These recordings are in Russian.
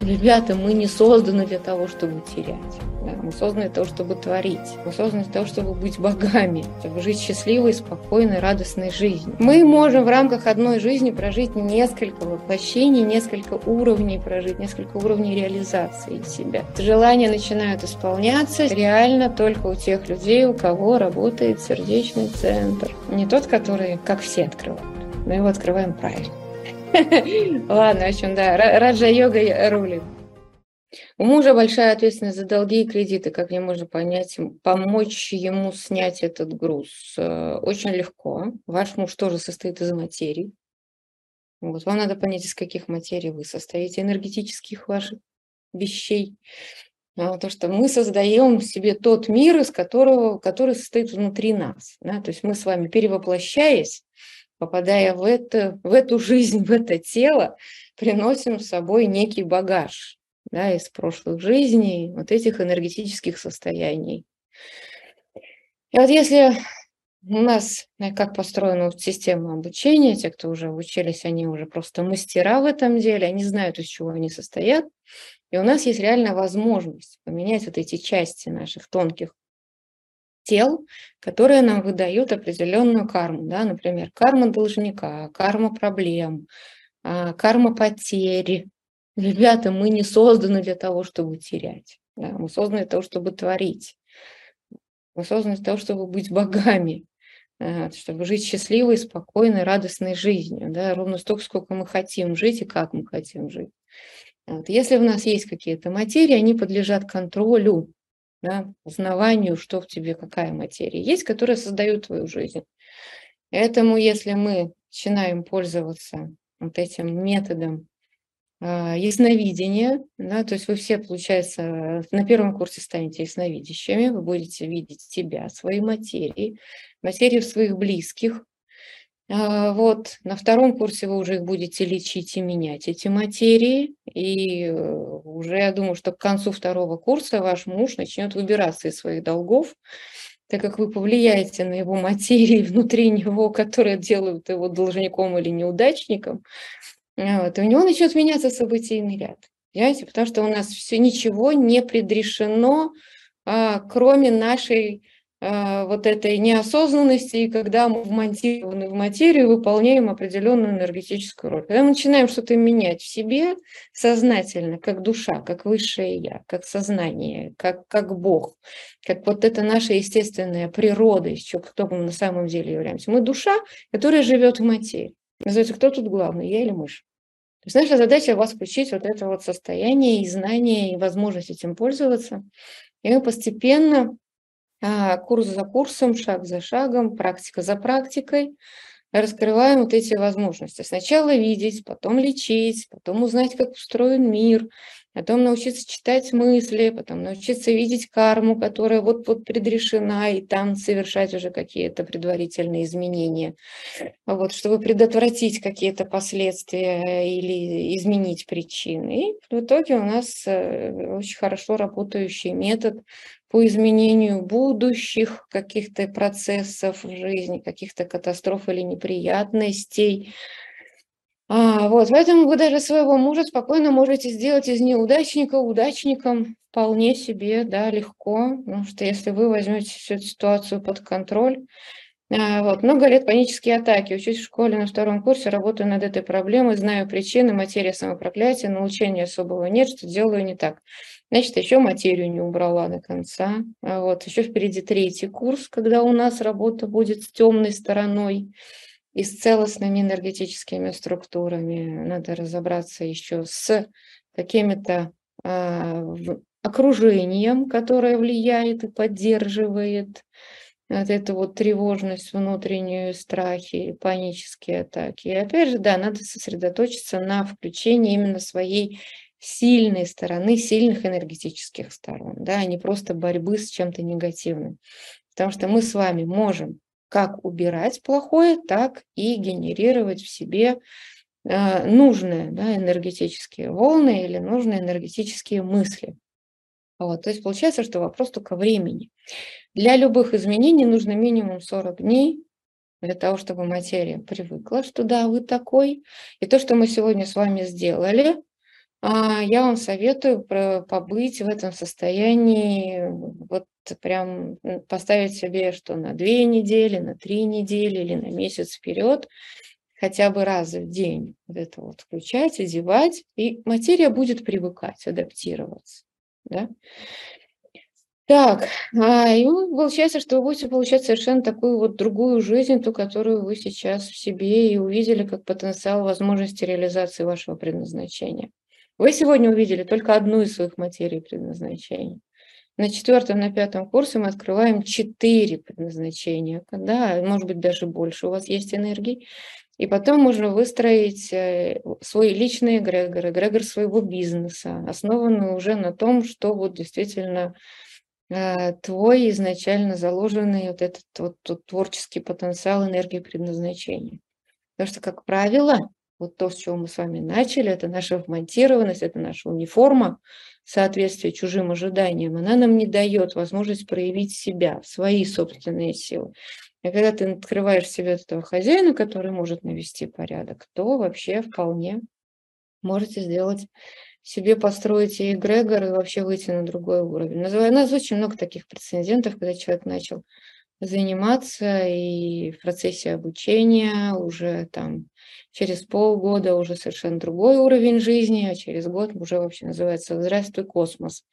Ребята, мы не созданы для того, чтобы терять. Да? Мы созданы для того, чтобы творить. Мы созданы для того, чтобы быть богами, чтобы жить счастливой, спокойной, радостной жизнью. Мы можем в рамках одной жизни прожить несколько воплощений, несколько уровней прожить, несколько уровней реализации себя. Желания начинают исполняться реально только у тех людей, у кого работает сердечный центр. Не тот, который, как все, открывают. Мы его открываем правильно. Ладно, в общем, да, раджа-йога рулит. У мужа большая ответственность за долги и кредиты. Как мне можно помочь ему снять этот груз? Очень легко. Ваш муж тоже состоит из материй. Вот. Вам надо понять, из каких материй вы состоите, энергетических ваших вещей. То, что мы создаем себе тот мир, который состоит внутри нас. Да? То есть мы с вами, перевоплощаясь, попадая в эту жизнь, в это тело, приносим с собой некий багаж, да, из прошлых жизней, вот этих энергетических состояний. И вот если у нас, как построена система обучения, те, кто уже обучились, они уже просто мастера в этом деле, они знают, из чего они состоят, и у нас есть реальная возможность поменять вот эти части наших тонких тел, которые нам выдают определенную карму, да, например, карма должника, карма проблем, карма потери. Ребята, мы не созданы для того, чтобы терять, да, мы созданы для того, чтобы творить, мы созданы для того, чтобы быть богами, чтобы жить счастливой, спокойной, радостной жизнью, да, ровно столько, сколько мы хотим жить и как мы хотим жить. Вот. Если у нас есть какие-то материи, они подлежат контролю, да, узнаванию, что в тебе, какая материя есть, которая создает твою жизнь. Поэтому, если мы начинаем пользоваться вот этим методом ясновидения, да, то есть вы все, получается, на первом курсе станете ясновидящими, вы будете видеть себя, свои материи, материи своих близких. Вот, на втором курсе вы уже их будете лечить и менять, эти материи, и уже, я думаю, что к концу второго курса ваш муж начнет выбираться из своих долгов, так как вы повлияете на его материи внутри него, которые делают его должником или неудачником, вот, и у него начнет меняться событийный ряд, понимаете, потому что у нас все ничего не предрешено, кроме нашей вот этой неосознанности, и когда мы вмонтированы в материю, выполняем определенную энергетическую роль. Когда мы начинаем что-то менять в себе сознательно, как душа, как высшее я, как сознание, как Бог, как вот это наша естественная природа, из чего кто мы на самом деле являемся. Мы душа, которая живет в материи. Называется, кто тут главный, я или мышь? То есть наша задача вас включить вот это вот состояние и знание, и возможность этим пользоваться. И мы постепенно, курс за курсом, шаг за шагом, практика за практикой раскрываем вот эти возможности. Сначала видеть, потом лечить, потом узнать, как устроен мир, потом научиться читать мысли, потом научиться видеть карму, которая вот предрешена, и там совершать уже какие-то предварительные изменения, вот, чтобы предотвратить какие-то последствия или изменить причины. И в итоге у нас очень хорошо работающий метод по изменению будущих каких-то процессов в жизни, каких-то катастроф или неприятностей. Вот, поэтому вы даже своего мужа спокойно можете сделать из неудачника удачником вполне себе, да, легко, потому что если вы возьмете всю эту ситуацию под контроль. Вот, много лет панические атаки. Учусь в школе на втором курсе, работаю над этой проблемой, знаю причины, материя самопроклятия, но учения особого нет, что делаю не так. Значит, еще материю не убрала до конца. Вот, еще впереди третий курс, когда у нас работа будет с темной стороной и с целостными энергетическими структурами. Надо разобраться еще с какими-то окружением, которое влияет и поддерживает вот эту вот тревожность внутреннюю, страхи, панические атаки. И опять же, да, надо сосредоточиться на включении именно своей сильной стороны, сильных энергетических сторон, да, а не просто борьбы с чем-то негативным. Потому что мы с вами можем как убирать плохое, так и генерировать в себе нужные, да, энергетические волны или нужные энергетические мысли. Вот, то есть получается, что вопрос только времени. Для любых изменений нужно минимум 40 дней для того, чтобы материя привыкла, что да, вы такой. И то, что мы сегодня с вами сделали, я вам советую побыть в этом состоянии, вот прям поставить себе, что на 2 недели, на 3 недели или на месяц вперед, хотя бы раз в день вот это вот включать, одевать, и материя будет привыкать, адаптироваться. Да? Так, и получается, что вы будете получать совершенно такую вот другую жизнь, ту, которую вы сейчас в себе и увидели как потенциал возможности реализации вашего предназначения. Вы сегодня увидели только одну из своих материй предназначения. На 4-м, на 5-м курсе мы открываем 4 предназначения, да, может быть, даже больше у вас есть энергии. И потом можно выстроить свой личный эгрегор, эгрегор своего бизнеса, основанный уже на том, что вот действительно твой изначально заложенный вот этот вот тот творческий потенциал энергии предназначения. Потому что, как правило, вот то, с чего мы с вами начали, это наша вмонтированность, это наша униформа, соответствие чужим ожиданиям, она нам не дает возможность проявить себя, свои собственные силы. И когда ты открываешь себе этого хозяина, который может навести порядок, то вообще вполне можете сделать себе, построить и эгрегор, и вообще выйти на другой уровень. У нас очень много таких прецедентов, когда человек начал заниматься, и в процессе обучения уже там через полгода уже совершенно другой уровень жизни, а через год уже вообще называется «Здравствуй, космос».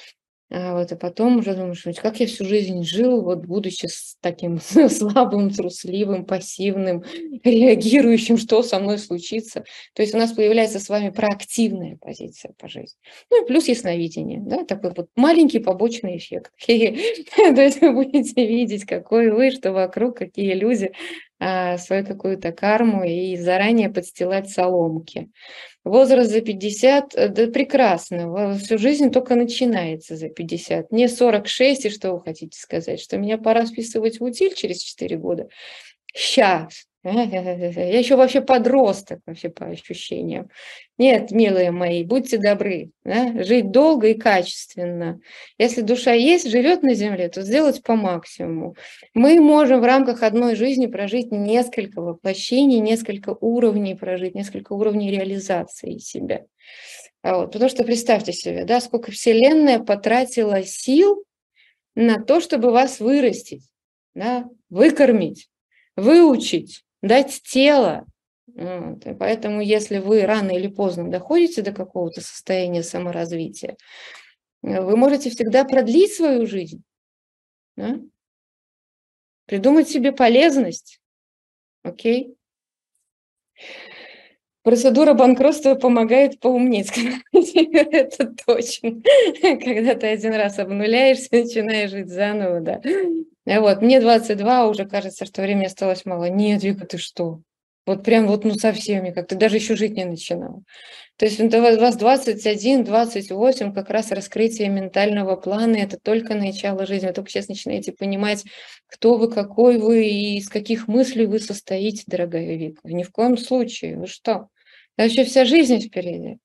А потом уже думаешь: "Ведь как я всю жизнь жил, вот будучи таким слабым, трусливым, пассивным, реагирующим, что со мной случится". То есть у нас появляется с вами проактивная позиция по жизни. Ну и плюс ясновидение, да, такой вот маленький побочный эффект. То есть вы будете видеть, какой вы, что вокруг, какие люди, свою какую-то карму и заранее подстилать соломки. Возраст за 50, да прекрасно, всю жизнь только начинается за 50. Мне 46, и что вы хотите сказать, что меня пора списывать в утиль через 4 года? Щас. Я еще вообще подросток, вообще по ощущениям. Нет, милые мои, будьте добры, да, жить долго и качественно. Если душа есть, живет на земле, то сделать по максимуму. Мы можем в рамках одной жизни прожить несколько воплощений, несколько уровней прожить, несколько уровней реализации себя. Потому что представьте себе, да, сколько Вселенная потратила сил на то, чтобы вас вырастить, да, выкормить, выучить, дать тело. И поэтому, если вы рано или поздно доходите до какого-то состояния саморазвития, вы можете всегда продлить свою жизнь, да? Придумать себе полезность, окей? Процедура банкротства помогает поумнеть, это точно. Когда ты один раз обнуляешься, начинаешь жить заново, да. Мне 22, уже кажется, что времени осталось мало. Нет, Вика, ты что? Вот прям вот, ну совсем никак, ты даже еще жить не начинала. То есть у вас 21, 28, как раз раскрытие ментального плана, это только начало жизни. Вы только сейчас начинаете понимать, кто вы, какой вы и из каких мыслей вы состоите, дорогая Вика. Ни в коем случае, вы что? Вообще вся жизнь впереди.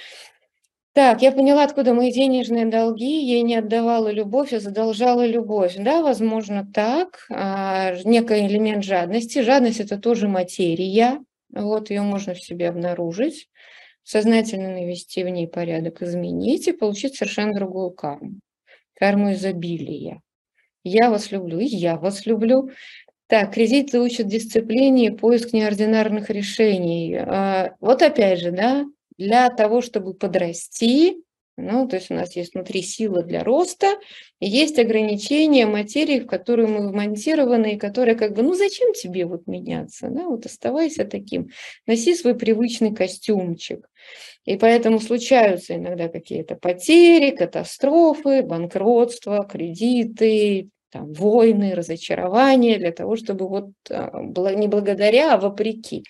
Так, я поняла, откуда мои денежные долги. Ей не отдавала любовь, а задолжала любовь. Да, возможно, так. Некий элемент жадности. Жадность – это тоже материя. Вот ее можно в себе обнаружить, сознательно навести в ней порядок, изменить и получить совершенно другую карму. Карму изобилия. Я вас люблю, и я вас люблю. Так, кредиты учат дисциплине и поиск неординарных решений. Вот опять же, да, для того, чтобы подрасти, ну, то есть у нас есть внутри сила для роста, и есть ограничения материи, в которую мы вмонтированы, и которые как бы, ну, зачем тебе вот меняться, да, вот оставайся таким, носи свой привычный костюмчик. И поэтому случаются иногда какие-то потери, катастрофы, банкротства, кредиты, там, войны, разочарования, для того, чтобы вот не благодаря, а вопреки.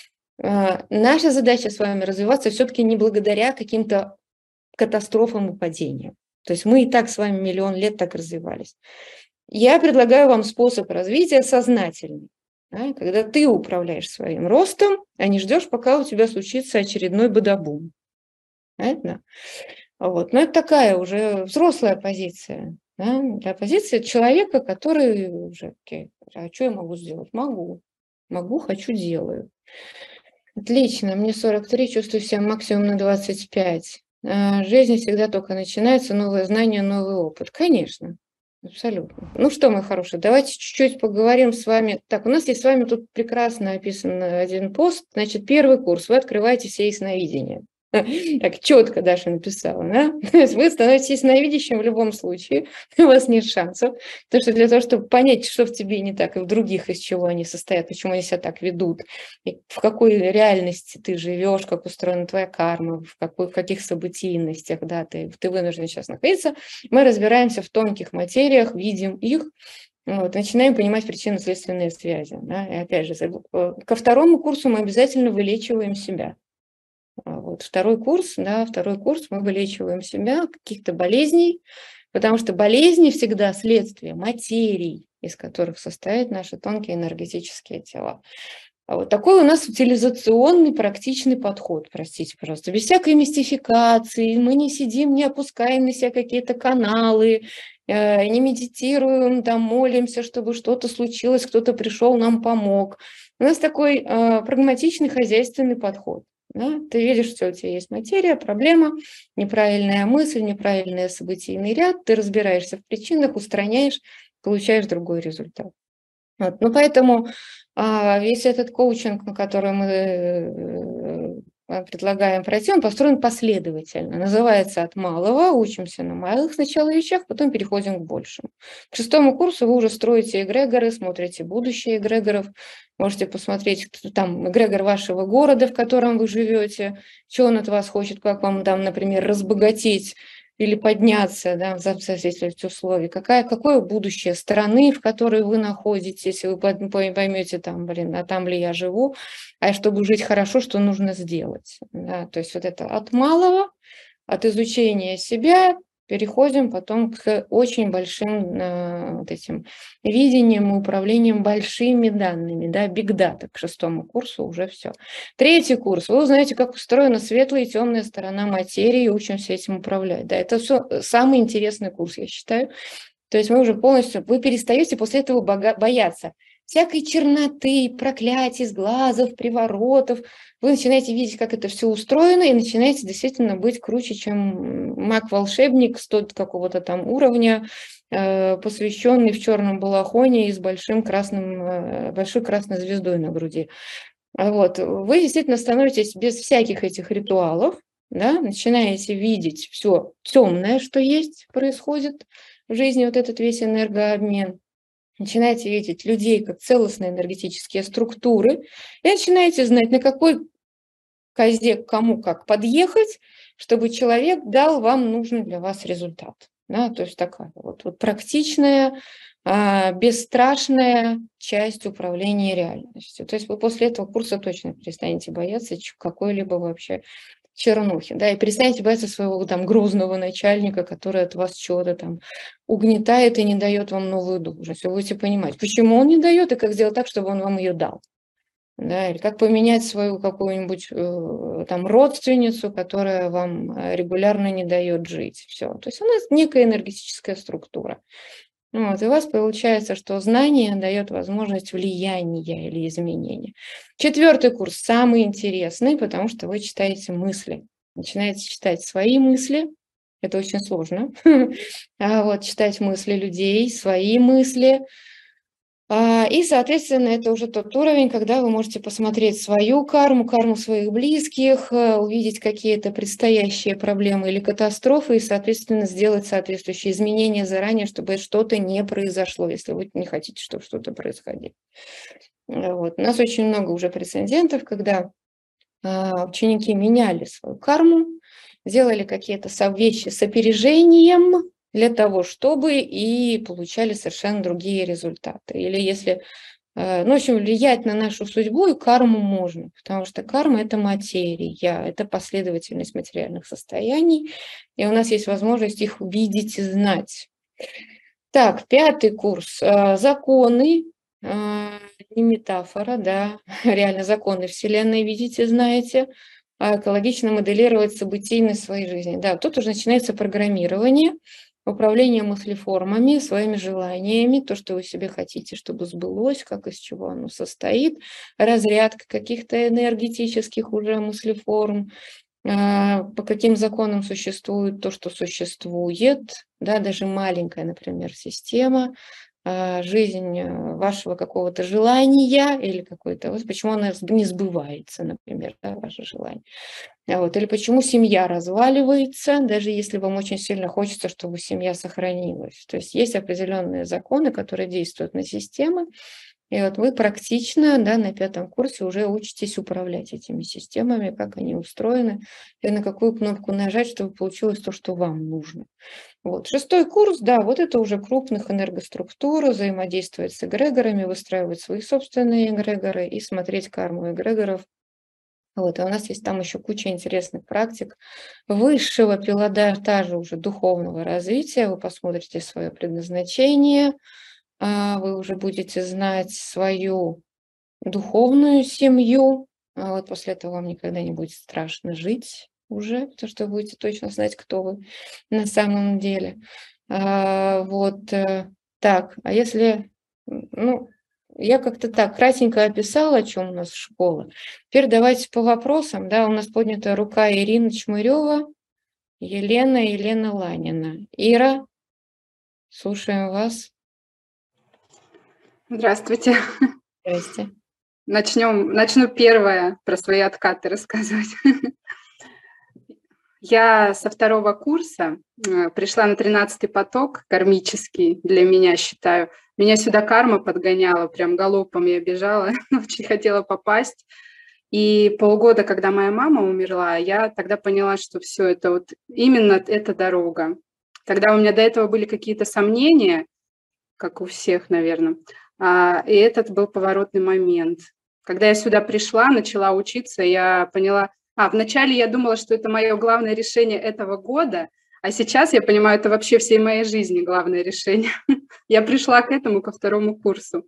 Наша задача с вами развиваться все-таки не благодаря каким-то катастрофам и падениям. То есть мы и так с вами миллион лет так развивались. Я предлагаю вам способ развития сознательный. Да, когда ты управляешь своим ростом, а не ждешь, пока у тебя случится очередной бадабум. Понятно? Но это такая уже взрослая позиция. Да? Для позиции человека, который уже, окей, а что я могу сделать? Могу. Могу, хочу, делаю. Отлично, мне 43, чувствую себя максимум на 25. Жизнь всегда только начинается, новые знания, новый опыт. Конечно, абсолютно. Ну что, мой хороший, давайте чуть-чуть поговорим с вами. Так, у нас есть с вами тут прекрасно описан один пост. Значит, первый курс. Вы открываете все ясновидения. Так четко Даша написала, да? То есть вы становитесь ясновидящим в любом случае, у вас нет шансов. Потому что для того, чтобы понять, что в тебе не так, и в других, из чего они состоят, почему они себя так ведут, и в какой реальности ты живешь, как устроена твоя карма, в каких событийностях, да, ты вынужден сейчас находиться, мы разбираемся в тонких материях, видим их, вот, начинаем понимать причинно-следственные связи. Да, и опять же, ко второму курсу мы обязательно вылечиваем себя. Вот, второй курс мы вылечиваем себя от каких-то болезней, потому что болезни всегда следствие материй, из которых состоят наши тонкие энергетические тела. А вот такой у нас утилизационный, практичный подход, простите, пожалуйста, без всякой мистификации. Мы не сидим, не опускаем на себя какие-то каналы, не медитируем, там, молимся, чтобы что-то случилось, кто-то пришел, нам помог. У нас такой прагматичный хозяйственный подход. Да? Ты видишь, что у тебя есть материя, проблема, неправильная мысль, неправильный событийный ряд, ты разбираешься в причинах, устраняешь, получаешь другой результат. Вот. Ну, поэтому весь этот коучинг, на который мы предлагаем пройти, он построен последовательно. Называется «От малого». Учимся на малых сначала вещах, потом переходим к большему. К шестому курсу вы уже строите эгрегоры, смотрите будущее эгрегоров. Можете посмотреть, там эгрегор вашего города, в котором вы живете, что он от вас хочет, как вам там, например, разбогатеть или подняться, да, в зависимости от условий. Какое будущее страны, в которой вы находитесь, если вы поймете, там, а там ли я живу, а чтобы жить хорошо, что нужно сделать. Да? То есть вот это от малого, от изучения себя переходим потом к очень большим вот этим видениям и управлением большими данными, да, big data, к шестому курсу уже все. Третий курс, вы узнаете, как устроена светлая и темная сторона материи, и учимся этим управлять. Да, это все самый интересный курс, я считаю. То есть вы перестаете после этого бояться всякой черноты, проклятий, сглазов, приворотов. Вы начинаете видеть, как это все устроено, и начинаете действительно быть круче, чем маг-волшебник какого-то там уровня, посвященный в черном балахоне и с большой красной звездой на груди. Вот. Вы действительно становитесь без всяких этих ритуалов, да, начинаете видеть все темное, что происходит в жизни, вот этот весь энергообмен. Начинаете видеть людей как целостные энергетические структуры и начинаете знать, на какой козе к кому как подъехать, чтобы человек дал вам нужный для вас результат. Да, то есть такая вот практичная, бесстрашная часть управления реальностью. То есть вы после этого курса точно перестанете бояться какой-либо вообще чернухи, да, и перестанете бояться своего там грозного начальника, который от вас чего-то там угнетает и не дает вам новую должность. Вы будете понимать, почему он не дает и как сделать так, чтобы он вам ее дал. Да, или как поменять свою какую-нибудь там родственницу, которая вам регулярно не дает жить. Все. То есть у нас некая энергетическая структура. Вот, и у вас получается, что знание дает возможность влияния или изменения. Четвертый курс самый интересный, потому что вы читаете мысли. Начинаете читать свои мысли. Это очень сложно. Вот, читать мысли людей, свои мысли. И, соответственно, это уже тот уровень, когда вы можете посмотреть свою карму своих близких, увидеть какие-то предстоящие проблемы или катастрофы и, соответственно, сделать соответствующие изменения заранее, чтобы что-то не произошло, если вы не хотите, чтобы что-то происходило. Вот. У нас очень много уже прецедентов, когда ученики меняли свою карму, делали какие-то вещи с опережением, для того, чтобы и получали совершенно другие результаты. Или если, в общем, влиять на нашу судьбу и карму можно, потому что карма – это материя, это последовательность материальных состояний, и у нас есть возможность их видеть и знать. Так, пятый курс. Законы, не метафора, да, реально законы Вселенной видите, знаете, экологично моделировать событийность своей жизни. Да, тут уже начинается программирование. управление мыслеформами, своими желаниями, то, что вы себе хотите, чтобы сбылось, как из чего оно состоит, разрядка каких-то энергетических уже мыслеформ, по каким законам существует то, что существует, да, даже маленькая, например, система, жизнь вашего какого-то желания или какой-то, вот почему она не сбывается, например, да, ваше желание. Вот. Или почему семья разваливается, даже если вам очень сильно хочется, чтобы семья сохранилась. То есть есть определенные законы, которые действуют на системы, и вот вы практично, да, на 5 курсе уже учитесь управлять этими системами, как они устроены, и на какую кнопку нажать, чтобы получилось то, что вам нужно. Вот. 6 курс, да, вот это уже крупных энергоструктур, взаимодействовать с эгрегорами, выстраивать свои собственные эгрегоры и смотреть карму эгрегоров. Вот, и у нас есть там еще куча интересных практик высшего пилотажа уже духовного развития. Вы посмотрите свое предназначение, вы уже будете знать свою духовную семью. Вот после этого вам никогда не будет страшно жить уже, потому что вы будете точно знать, кто вы на самом деле. Вот так, а если, ну, я как-то так кратенько описала, о чем у нас школа. Теперь давайте по вопросам. Да, у нас поднята рука Ирина Чмырева, Елена Ланина. Ира, слушаем вас. Здравствуйте. Здрасте. Начну первое про свои откаты рассказывать. Я со 2 курса пришла на 13-й поток, кармический для меня, считаю. Меня сюда карма подгоняла, прям галопом я бежала, очень хотела попасть. И полгода, когда моя мама умерла, я тогда поняла, что все это вот именно эта дорога. Тогда у меня до этого были какие-то сомнения, как у всех, наверное. И этот был поворотный момент. Когда я сюда пришла, начала учиться, я поняла... вначале я думала, что это мое главное решение этого года, а сейчас я понимаю, это вообще всей моей жизни главное решение. Я пришла к этому ко 2 курсу.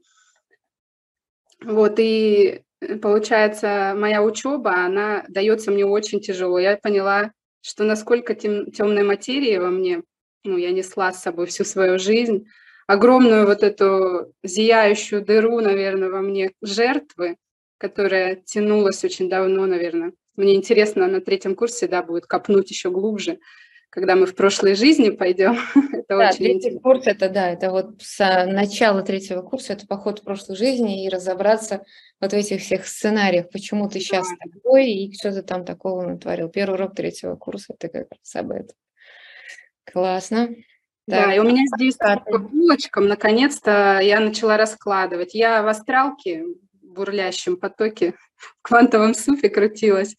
Вот, и получается, моя учеба, она дается мне очень тяжело. Я поняла, что насколько темной материи во мне, я несла с собой всю свою жизнь, огромную вот эту зияющую дыру, наверное, во мне жертвы, которая тянулась очень давно, наверное. Мне интересно на 3 курсе, да, будет копнуть еще глубже, когда мы в прошлой жизни пойдем. Это Да, очень 3 интересно. курс это, да, это вот с начала 3 курса, это поход в прошлой жизни и разобраться вот в этих всех сценариях, почему ты сейчас Да. такой и что ты там такого натворил. Первый урок 3 курса это как раз об этом. Классно. Да, Так, и у меня здесь карты. по полочкам наконец-то я начала раскладывать. Я в астралке, в бурлящем потоке, в квантовом суфе крутилась.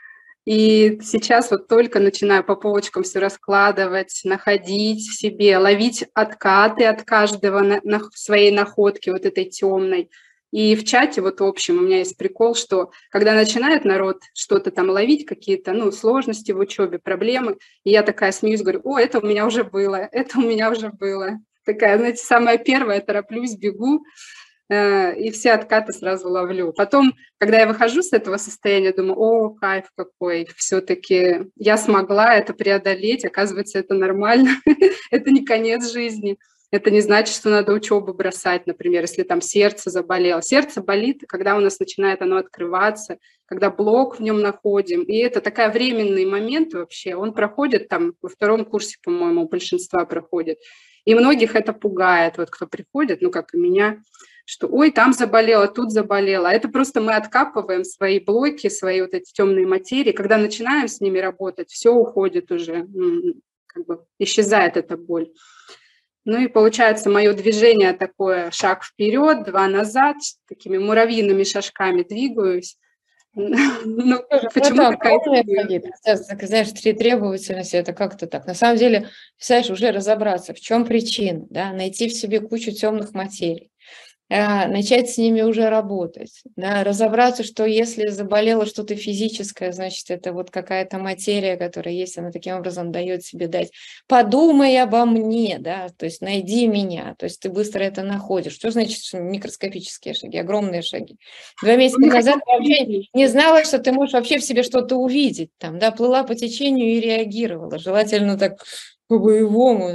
И сейчас вот только начинаю по полочкам все раскладывать, находить в себе, ловить откаты от каждого на своей находке вот этой темной. И в чате вот в общем у меня есть прикол, что когда начинает народ что-то там ловить, какие-то сложности в учебе, проблемы, и я такая смеюсь, говорю: о, это у меня уже было, это у меня уже было. Такая, знаете, самая первая, тороплюсь, бегу, и все откаты сразу ловлю. Потом, когда я выхожу с этого состояния, думаю: о, кайф какой, все-таки я смогла это преодолеть, оказывается, это нормально, это не конец жизни. Это не значит, что надо учебу бросать, например, если там сердце заболело. Сердце болит, когда у нас начинает оно открываться, когда блок в нем находим. И это такой временный момент вообще. Он проходит там во 2 курсе, по-моему, у большинства проходит. И многих это пугает, вот кто приходит, как и меня, что ой, там заболела, тут заболела. А это просто мы откапываем свои блоки, свои вот эти темные материи. Когда начинаем с ними работать, все уходит уже, как бы исчезает эта боль. И получается, мое движение такое: шаг вперед, 2 назад, такими муравьиными шажками двигаюсь. Почему Это такая огромные история? шаги. Знаешь, требовательности, это как-то так. На самом деле, представляешь, уже разобраться, в чем причина, да, найти в себе кучу темных материй, начать с ними уже работать, да, разобраться, что если заболело что-то физическое, значит, это вот какая-то материя, которая есть, она таким образом дает себе дать. Подумай обо мне, да, то есть найди меня, то есть ты быстро это находишь. Что значит микроскопические шаги, огромные шаги? 2 месяца назад я вообще не знала, что ты можешь вообще в себе что-то увидеть, там, да, плыла по течению и реагировала, желательно так по-боевому.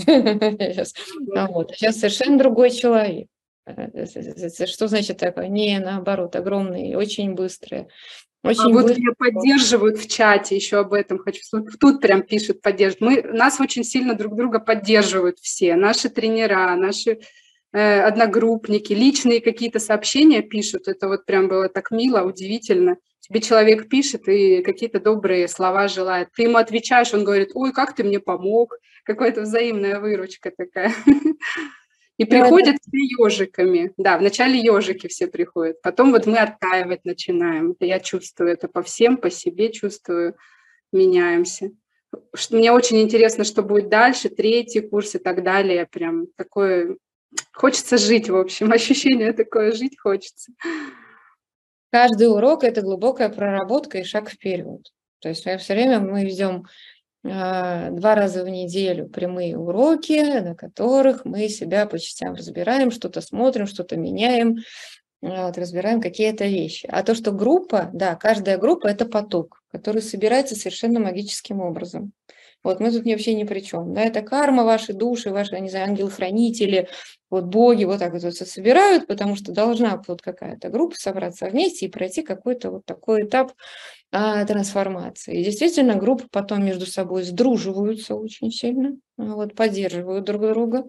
Сейчас совершенно другой человек. Что значит такое? Не, наоборот, огромные, очень быстрые. А Очень вот быстро. меня поддерживают в чате, еще об этом хочу. Тут прям пишут, поддерживают. Нас очень сильно друг друга поддерживают все. Наши тренера, наши одногруппники, личные какие-то сообщения пишут. Это вот прям было так мило, удивительно. Тебе человек пишет и какие-то добрые слова желает. Ты ему отвечаешь, он говорит: ой, как ты мне помог. Какая-то взаимная выручка такая. И приходят все ежиками. Да, вначале ежики все приходят, потом вот мы оттаивать начинаем. Это я чувствую, это по всем, по себе чувствую, меняемся. Мне очень интересно, что будет дальше, третий курс и так далее. Прям такое... Хочется жить, в общем, ощущение такое, жить хочется. Каждый урок – это глубокая проработка и шаг вперед. То есть все время мы ведем 2 раза в неделю прямые уроки, на которых мы себя по частям разбираем, что-то смотрим, что-то меняем, разбираем какие-то вещи. А то, что группа, да, каждая группа – это поток, который собирается совершенно магическим образом. Вот мы тут вообще ни при чем. Да, это карма, ваши души, ваши, не знаю, ангелы-хранители, вот боги вот так вот все собирают, потому что должна вот какая-то группа собраться вместе и пройти какой-то вот такой этап трансформации. И действительно, группы потом между собой сдруживаются очень сильно, вот, поддерживают друг друга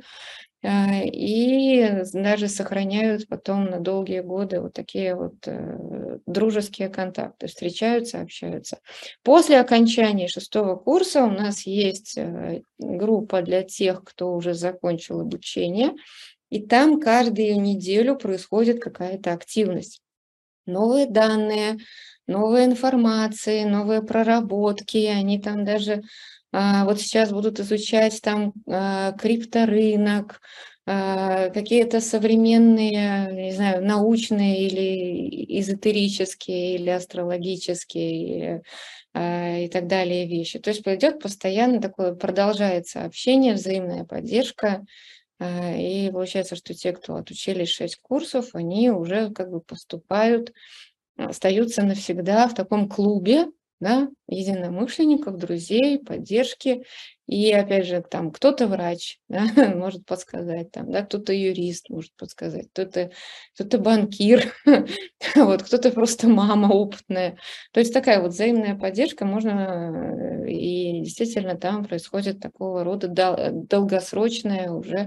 и даже сохраняют потом на долгие годы вот такие вот дружеские контакты, встречаются, общаются. После окончания 6-го курса у нас есть группа для тех, кто уже закончил обучение, и там каждую неделю происходит какая-то активность. Новые данные, новая информация, новые проработки, они там даже вот сейчас будут изучать там крипторынок, какие-то современные, не знаю, научные или эзотерические, или астрологические, и так далее вещи. То есть пойдет постоянно такое, продолжается общение, взаимная поддержка, и получается, что те, кто отучились 6 курсов, они уже как бы поступают, остаются навсегда в таком клубе, да, единомышленников, друзей, поддержки. И опять же, там кто-то врач, да, может подсказать, там, да, кто-то юрист может подсказать, кто-то банкир, вот, кто-то просто мама опытная. То есть такая вот взаимная поддержка, можно, и действительно там происходит такого рода долгосрочное уже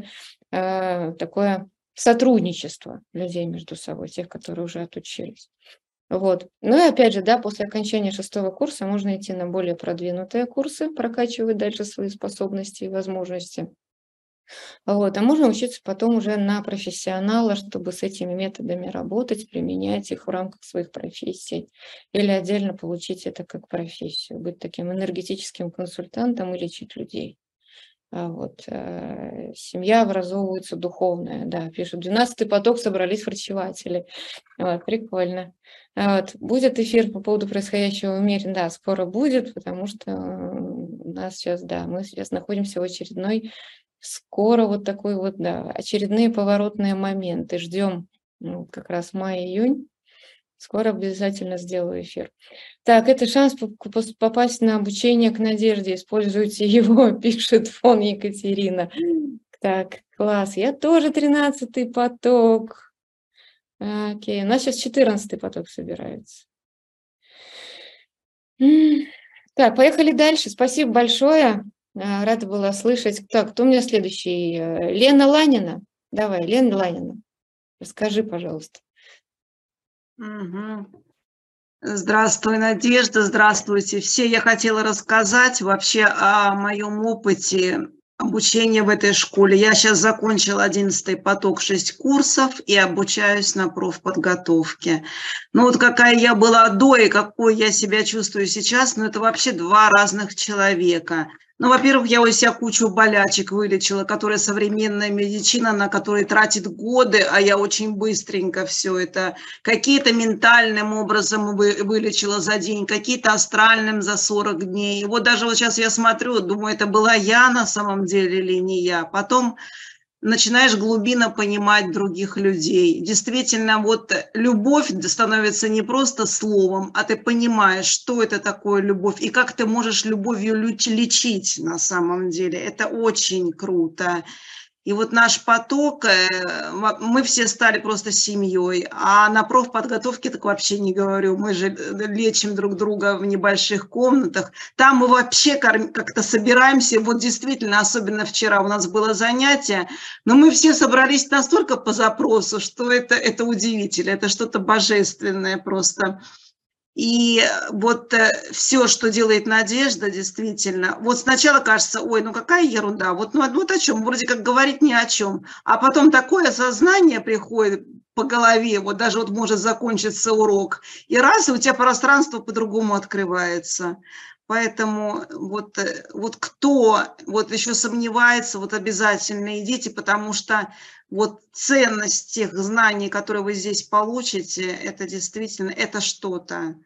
такое сотрудничество людей между собой, тех, которые уже отучились. Вот. Ну и опять же, да, после окончания 6-го курса можно идти на более продвинутые курсы, прокачивать дальше свои способности и возможности. Вот. А можно учиться потом уже на профессионала, чтобы с этими методами работать, применять их в рамках своих профессий или отдельно получить это как профессию, быть таким энергетическим консультантом и лечить людей. Вот. Семья образовывается духовная, да, пишут. 12-й поток, собрались врачеватели. Вот, прикольно. Вот. Будет эфир по поводу происходящего в мире? Да, скоро будет, потому что у нас сейчас, да, мы сейчас находимся в очередной, скоро вот такой вот, да, очередные поворотные моменты. Ждем как раз май-июнь. Скоро обязательно сделаю эфир. Так, это шанс попасть на обучение к Надежде. Используйте его, пишет фон Екатерина. Так, класс. Я тоже 13-й поток. Окей, у нас сейчас 14-й поток собирается. Так, поехали дальше. Спасибо большое. Рада была слышать. Так, кто у меня следующий? Лена Ланина. Давай, Лена Ланина. Расскажи, пожалуйста. Угу. Здравствуй, Надежда, здравствуйте все. Я хотела рассказать вообще о моем опыте обучения в этой школе. Я сейчас закончила 11-й поток, 6 курсов и обучаюсь на профподготовке. Ну вот какая я была до и какой я себя чувствую сейчас, ну это вообще 2 разных человека. Ну, во-первых, я у себя кучу болячек вылечила, которая современная медицина, на которой тратит годы, а я очень быстренько все это. Какие-то ментальным образом вылечила за день, какие-то астральным за 40 дней. И вот даже вот сейчас я смотрю, думаю, это была я на самом деле или не я. Потом начинаешь глубинно понимать других людей. Действительно, вот любовь становится не просто словом, а ты понимаешь, что это такое любовь и как ты можешь любовью лечить на самом деле. Это очень круто. И вот наш поток, мы все стали просто семьей, а на профподготовке так вообще не говорю. Мы же лечим друг друга в небольших комнатах. Там мы вообще как-то собираемся. Вот действительно, особенно вчера у нас было занятие, но мы все собрались настолько по запросу, что это удивительно, это что-то божественное просто. И вот все, что делает Надежда, действительно, вот сначала кажется, ой, ну какая ерунда, вот, вот о чем, вроде как говорить ни о чем, а потом такое сознание приходит по голове, вот даже вот может закончиться урок, и раз, и у тебя пространство по-другому открывается. Поэтому вот кто вот еще сомневается, вот обязательно идите, потому что вот ценность тех знаний, которые вы здесь получите, это действительно, это что-то.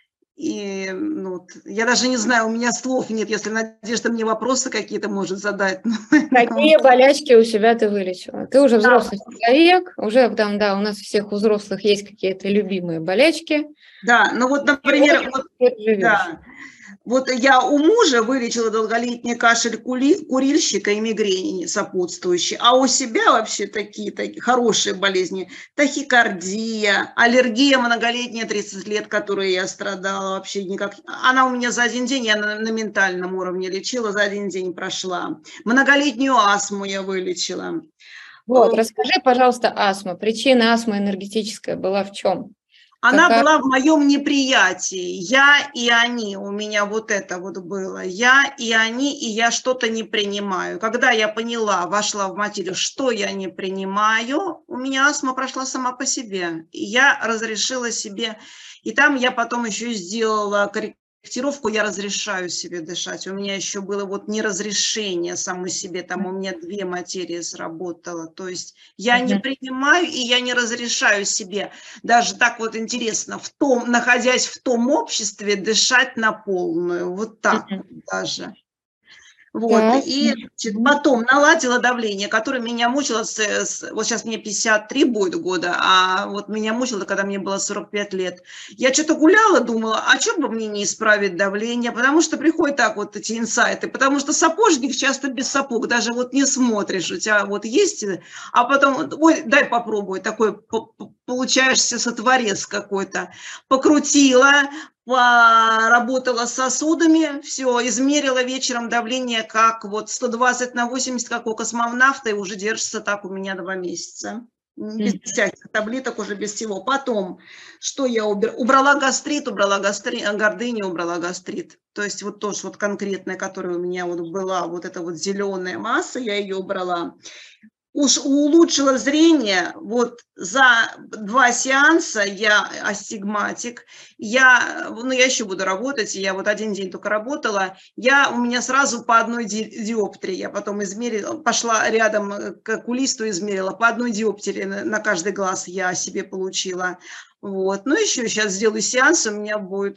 И ну, я даже не знаю, у меня слов нет, если Надежда мне вопросы какие-то может задать. Какие болячки у себя ты вылечила? Ты уже взрослый человек, уже там, да, у нас всех у взрослых есть какие-то любимые болячки. Да, ну вот, например, да. Вот я у мужа вылечила долголетний кашель курильщика и мигрени сопутствующие, а у себя вообще такие хорошие болезни. Тахикардия, аллергия многолетняя, 30 лет, которой я страдала вообще никак. Она у меня за один день, я на ментальном уровне лечила, за один день прошла. Многолетнюю астму я вылечила. Вот, расскажи, пожалуйста, астма. Причина астмы энергетическая была в чем? Она была в моем неприятии. Я и они. У меня вот это вот было. Я и они, и я что-то не принимаю. Когда я поняла, вошла в материю, что я не принимаю, у меня астма прошла сама по себе. И я разрешила себе. И там я потом еще сделала корректировку, я разрешаю себе дышать. У меня еще было вот неразрешение самой себе, там у меня 2 материи сработало. То есть я не принимаю и я не разрешаю себе, даже так вот интересно, находясь в том обществе, дышать на полную. Вот так даже. Вот, и потом наладила давление, которое меня мучило, вот сейчас мне 53 будет года, а вот меня мучило, когда мне было 45 лет. Я что-то гуляла, думала, а что бы мне не исправить давление, потому что приходят так вот эти инсайты, потому что сапожник часто без сапог, даже вот не смотришь, у тебя вот есть, а потом, ой, дай попробуй, такой получаешься сотворец какой-то. Покрутила, поработала с сосудами, все, измерила вечером давление как вот 120/80, как у космонавта, и уже держится так у меня 2 месяца. Без всяких таблеток, уже без всего. Потом, что я убрала гастрит, гордыню, убрала гастрит. То есть вот тоже вот конкретная, которая у меня вот была, вот эта вот зеленая масса, я ее убрала. Уж улучшила зрение, вот за 2 сеанса я астигматик, я еще буду работать, я вот 1 день только работала, у меня сразу по 1 диоптрии, я потом измерила, пошла рядом к окулисту, измерила, по 1 диоптрии на каждый глаз я себе получила, вот, ну еще сейчас сделаю сеанс, у меня будет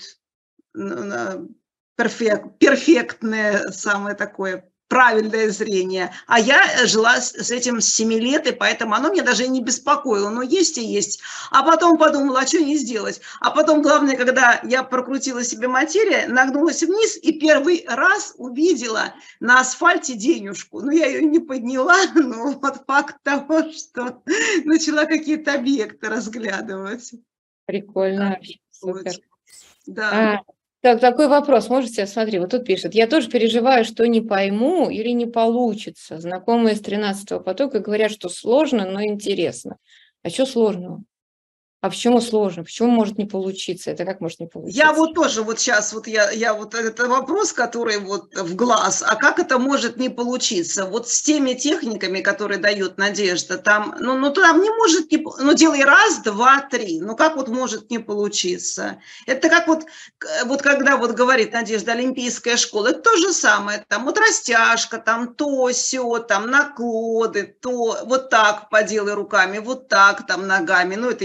перфектное самое такое, правильное зрение. А я жила с этим с 7 лет, и поэтому оно меня даже и не беспокоило. Но есть и есть. А потом подумала, а что не сделать? А потом, главное, когда я прокрутила себе материю, нагнулась вниз и первый раз увидела на асфальте денежку. Но я ее не подняла, но вот факт того, что начала какие-то объекты разглядывать. Прикольно. Супер. Да. Так, такой вопрос, можете, смотри, вот тут пишет, я тоже переживаю, что не пойму или не получится. Знакомые с 13-го потока говорят, что сложно, но интересно. А что сложного? А почему сложно? Почему может не получиться? Это как может не получиться? Я вот тоже вот сейчас, вот я вот это вопрос, который вот в глаз, а как это может не получиться? Вот с теми техниками, которые дает Надежда, там, там не может не, делай 1, 2, 3, как вот может не получиться? Это как вот когда вот говорит Надежда, олимпийская школа, это то же самое, там вот растяжка, там то, сё, там наклоны, то, вот так поделай руками, вот так там ногами, это я образ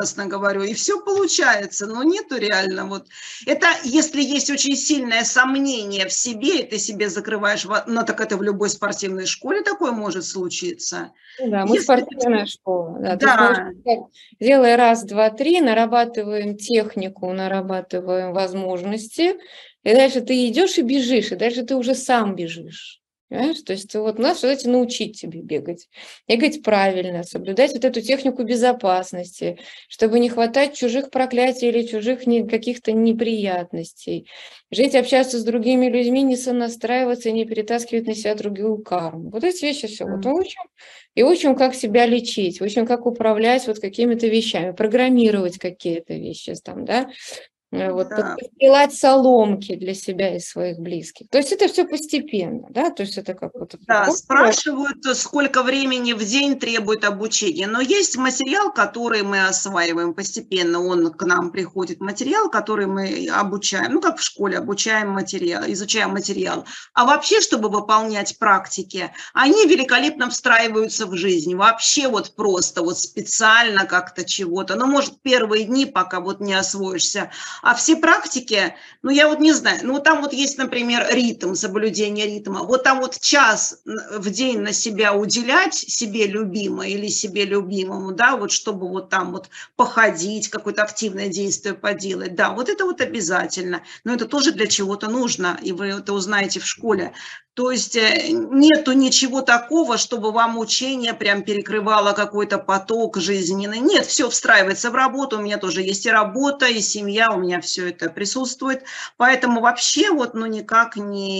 честно говорю, и все получается, но нету реально вот. Это если есть очень сильное сомнение в себе, и ты себе закрываешь, ну так это в любой спортивной школе такое может случиться. Ну да, мы Если... спортивная школа. Да. То Да. есть мы, делая раз, два, три, нарабатываем технику, нарабатываем возможности, и дальше ты идешь и бежишь, и дальше ты уже сам бежишь. Понимаешь? То есть вот нас, кстати, научить тебе бегать. Бегать правильно, соблюдать вот эту технику безопасности, чтобы не хватать чужих проклятий или чужих каких-то неприятностей. Жить, общаться с другими людьми, не сонастраиваться и не перетаскивать на себя другую карму. Вот эти вещи все. Вот мы учим. И учим, как себя лечить, учим, как управлять вот какими-то вещами, программировать какие-то вещи там, да, вот, Да. подстилать соломки для себя и своих близких. То есть это все постепенно, да, то есть это как вот... Да, спрашивают, сколько времени в день требует обучение. Но есть материал, который мы осваиваем постепенно. Он к нам приходит, материал, который мы обучаем, ну, как в школе, обучаем материал, изучаем материал. А вообще, чтобы выполнять практики, они великолепно встраиваются в жизнь. Вообще вот просто, вот специально как-то чего-то. Ну, может, первые дни, пока вот не освоишься. А все практики, ну, я вот не знаю, ну, там вот есть, например, ритм, соблюдение ритма. Вот там вот час в день на себя уделять, себе любимой или себе любимому, да, вот чтобы вот там вот походить, какое-то активное действие поделать, да, вот это вот обязательно. Но это тоже для чего-то нужно, и вы это узнаете в школе. То есть нету ничего такого, чтобы вам учение прям перекрывало какой-то поток жизненный. Нет, все встраивается в работу. У меня тоже есть и работа, и семья, у меня все это присутствует. Поэтому вообще вот ну никак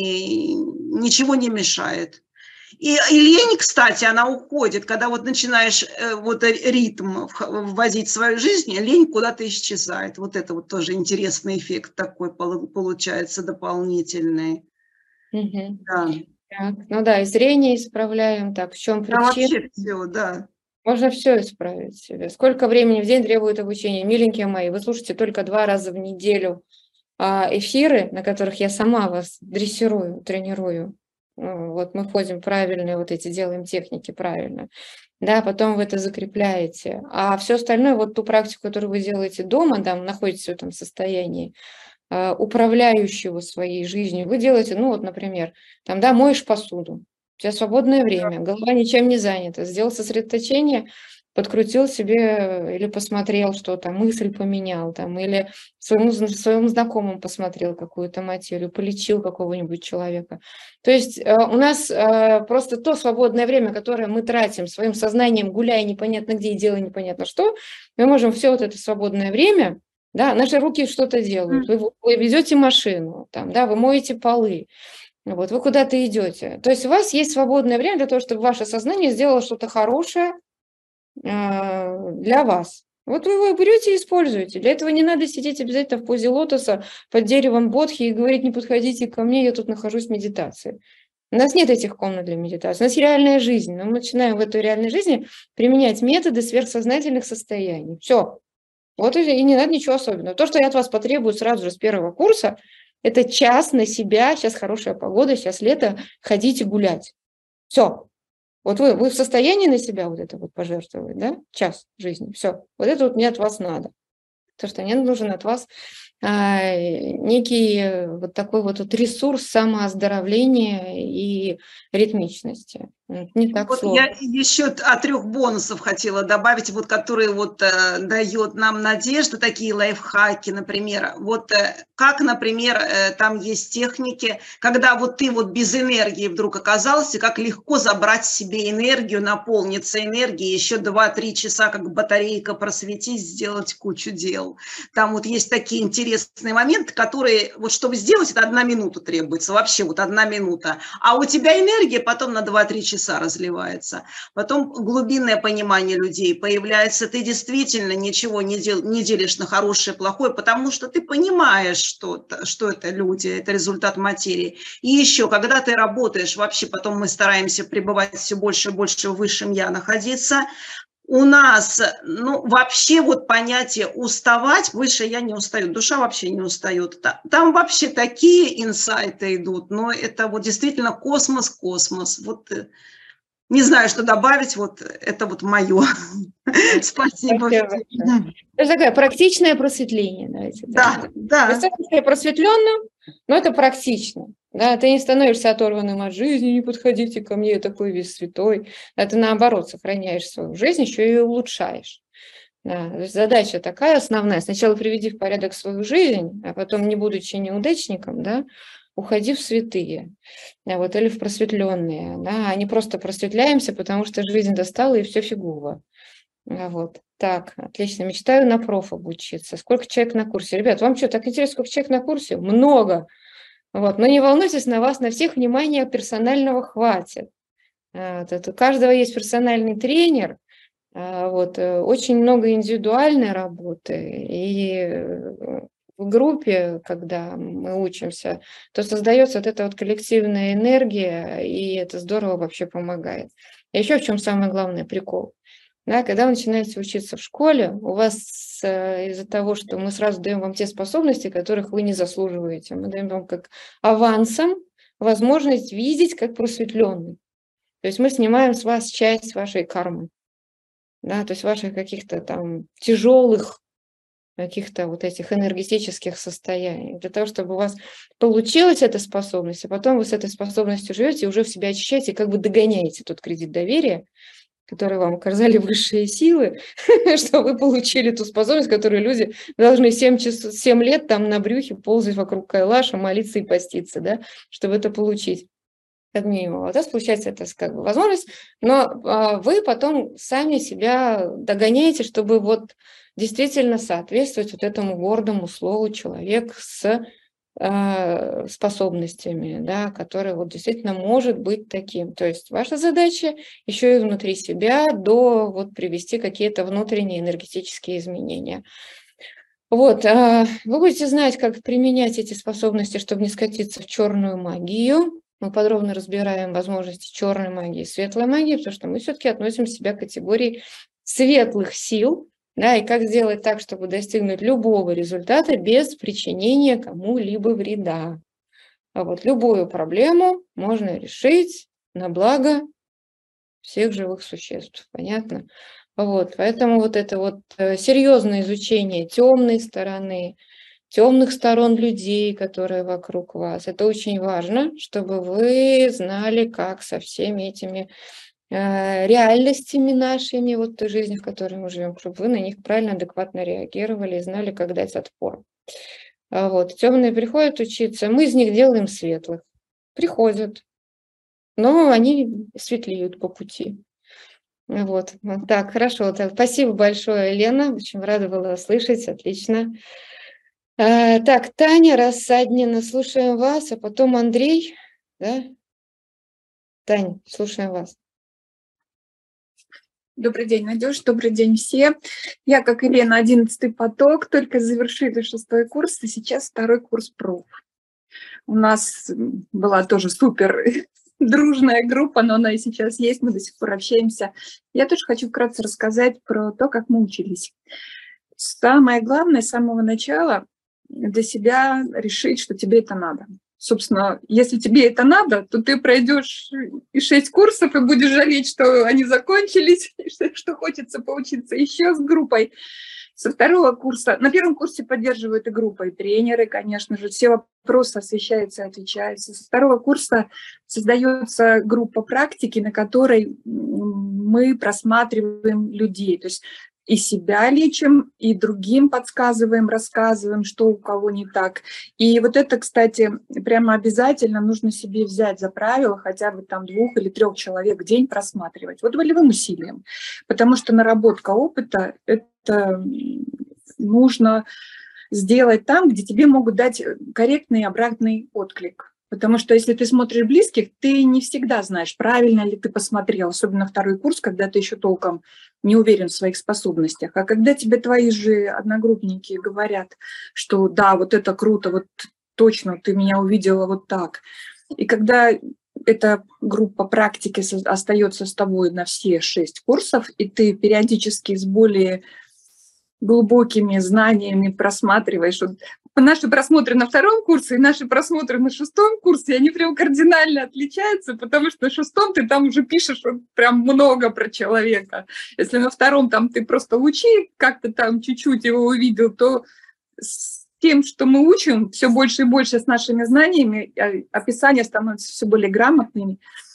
ничего не мешает. И лень, кстати, она уходит, когда вот начинаешь вот ритм вводить в свою жизнь, лень куда-то исчезает. Вот это вот тоже интересный эффект такой получается дополнительный. Угу. Да. Так, ну да, и зрение исправляем. Так, в чем Да, причина? вообще все, да. Можно все исправить себе. Сколько времени в день требует обучения? Миленькие мои, вы слушаете только 2 раза в неделю эфиры, на которых я сама вас дрессирую, тренирую. Вот мы входим правильно, вот эти делаем техники правильно. Да, потом вы это закрепляете. А все остальное, вот ту практику, которую вы делаете дома, там, находитесь в этом состоянии, управляющего своей жизнью, вы делаете, ну вот, например, там, да, моешь посуду, у тебя свободное время, голова ничем не занята, сделал сосредоточение, подкрутил себе или посмотрел что-то, мысль поменял, там, или своему знакомому посмотрел какую-то материю, полечил какого-нибудь человека. То есть у нас просто то свободное время, которое мы тратим своим сознанием, гуляя непонятно где и делая непонятно что, мы можем все вот это свободное время, да, наши руки что-то делают. Вы везете машину, там, да, вы моете полы, вот, вы куда-то идете. То есть у вас есть свободное время для того, чтобы ваше сознание сделало что-то хорошее для вас. Вот вы его берете и используете. Для этого не надо сидеть обязательно в позе лотоса под деревом бодхи и говорить: не подходите ко мне, я тут нахожусь в медитации. У нас нет этих комнат для медитации. У нас реальная жизнь. Но мы начинаем в этой реальной жизни применять методы сверхсознательных состояний. Все. Вот и не надо ничего особенного. То, что я от вас потребую сразу же с первого курса, это час на себя, сейчас хорошая погода, сейчас лето, ходите гулять. Все. Вот вы в состоянии на себя вот это вот пожертвовать, да? Час жизни. Все. Вот это вот мне от вас надо. То, что мне нужен от вас некий вот такой вот ресурс самооздоровления и ритмичности. Не так вот сложно. Я еще о 3 бонусов хотела добавить, вот, которые вот дает нам Надежда, такие лайфхаки, например. Вот как, например, там есть техники, когда вот ты вот без энергии вдруг оказался, как легко забрать себе энергию, наполниться энергией, еще 2-3 часа как батарейка просветить, сделать кучу дел. Там вот есть такие интересные моменты, которые, вот чтобы сделать, это 1 минута требуется, вообще вот 1 минута. А у тебя энергия потом на 2-3 часа разливается. Потом глубинное понимание людей появляется. Ты действительно ничего не делишь на хорошее, плохое, потому что ты понимаешь, что это люди, это результат материи. И еще, когда ты работаешь, вообще потом мы стараемся пребывать все больше и больше в высшем я находиться, у нас, ну, вообще вот понятие уставать, выше я не устаю, душа вообще не устает. Там вообще такие инсайты идут, но это вот действительно космос. Вот Не знаю, что добавить, вот это вот мое. Спасибо. Это такое практичное просветление. Да, да. Представь себя просветленным, но это практично. Да, ты не становишься оторванным от жизни, не подходите ко мне, я такой весь святой. А ты наоборот сохраняешь свою жизнь, еще и улучшаешь. Да, то есть задача такая основная. Сначала приведи в порядок свою жизнь, а потом, не будучи неудачником, да, уходи в святые, да, вот, или в просветленные. Да, а не просто просветляемся, потому что жизнь достала и все фигово. Вот. Так, отлично. Мечтаю на проф обучиться. Сколько человек на курсе? Ребят, вам что, так интересно, сколько человек на курсе? Много. Вот. Но не волнуйтесь, на вас, на всех внимания персонального хватит. Вот. У каждого есть персональный тренер. Вот. Очень много индивидуальной работы. И в группе, когда мы учимся, то создается вот эта вот коллективная энергия, и это здорово вообще помогает. И еще в чем самый главный прикол. Да, когда вы начинаете учиться в школе, у вас из-за того, что мы сразу даем вам те способности, которых вы не заслуживаете, мы даем вам как авансом возможность видеть как просветленный. То есть мы снимаем с вас часть вашей кармы, да, то есть ваших каких-то там тяжелых каких-то вот этих энергетических состояний, для того, чтобы у вас получилась эта способность, а потом вы с этой способностью живете и уже в себя очищаете, и как бы догоняете тот кредит доверия, которые вам оказали высшие силы, что вы получили ту способность, которую люди должны 7 лет там на брюхе ползать вокруг Кайлаша, молиться и поститься, да, чтобы это получить. Как минимум. Вот у вас получается это как бы возможность, но вы потом сами себя догоняете, чтобы вот действительно соответствовать вот этому гордому слову человек с способностями, да, который вот действительно может быть таким. То есть ваша задача еще и внутри себя вот привести какие-то внутренние энергетические изменения. Вот, вы будете знать, как применять эти способности, чтобы не скатиться в черную магию. Мы подробно разбираем возможности черной магии и светлой магии, потому что мы все-таки относим себя к категории светлых сил, да, и как сделать так, чтобы достигнуть любого результата без причинения кому-либо вреда. А вот любую проблему можно решить на благо всех живых существ, понятно? Вот, поэтому вот это вот серьезное изучение темной стороны, темных сторон людей, которые вокруг вас, это очень важно, чтобы вы знали, как со всеми этими реальностями нашими, вот той жизни, в которой мы живем, чтобы вы на них правильно, адекватно реагировали и знали, как дать отпор. Вот. Темные приходят учиться, мы из них делаем светлых. Приходят, но они светлеют по пути. Вот. Так, хорошо. Так, спасибо большое, Елена. Очень рада была слышать. Отлично. Так, Таня Рассаднина, слушаем вас, а потом Андрей. Да? Таня, слушаем вас. Добрый день, Надюш, добрый день все. Я, как Елена, 11-й поток, только завершила 6-й курс, и сейчас 2-й курс проф. У нас была тоже супер дружная группа, но она и сейчас есть, мы до сих пор общаемся. Я тоже хочу вкратце рассказать про то, как мы учились. Самое главное, с самого начала для себя решить, что тебе это надо. Собственно, если тебе это надо, то ты пройдешь и 6 курсов, и будешь жалеть, что они закончились, что хочется поучиться еще с группой. Со 2-го курса, на 1-м курсе поддерживают и группа, и тренеры, конечно же, все вопросы освещаются и отвечаются. Со 2-го курса создается группа практики, на которой мы просматриваем людей, то есть и себя лечим, и другим подсказываем, рассказываем, что у кого не так. И вот это, кстати, прямо обязательно нужно себе взять за правило хотя бы там 2 или 3 человек в день просматривать. Вот волевым усилием. Потому что наработка опыта – это нужно сделать там, где тебе могут дать корректный обратный отклик. Потому что если ты смотришь близких, ты не всегда знаешь, правильно ли ты посмотрел, особенно 2-й курс, когда ты еще толком не уверен в своих способностях. А когда тебе твои же одногруппники говорят, что да, вот это круто, вот точно ты меня увидела вот так. И когда эта группа практики остается с тобой на все 6 курсов, и ты периодически с более глубокими знаниями просматриваешь. наши просмотры на втором курсе и наши просмотры на шестом курсе, они прям кардинально отличаются, потому что на шестом ты там уже пишешь вот прям много про человека. Если на втором там ты просто учи, как-то там чуть-чуть его увидел, то с тем, что мы учим, все больше и больше с нашими знаниями, описания становятся все более грамотными.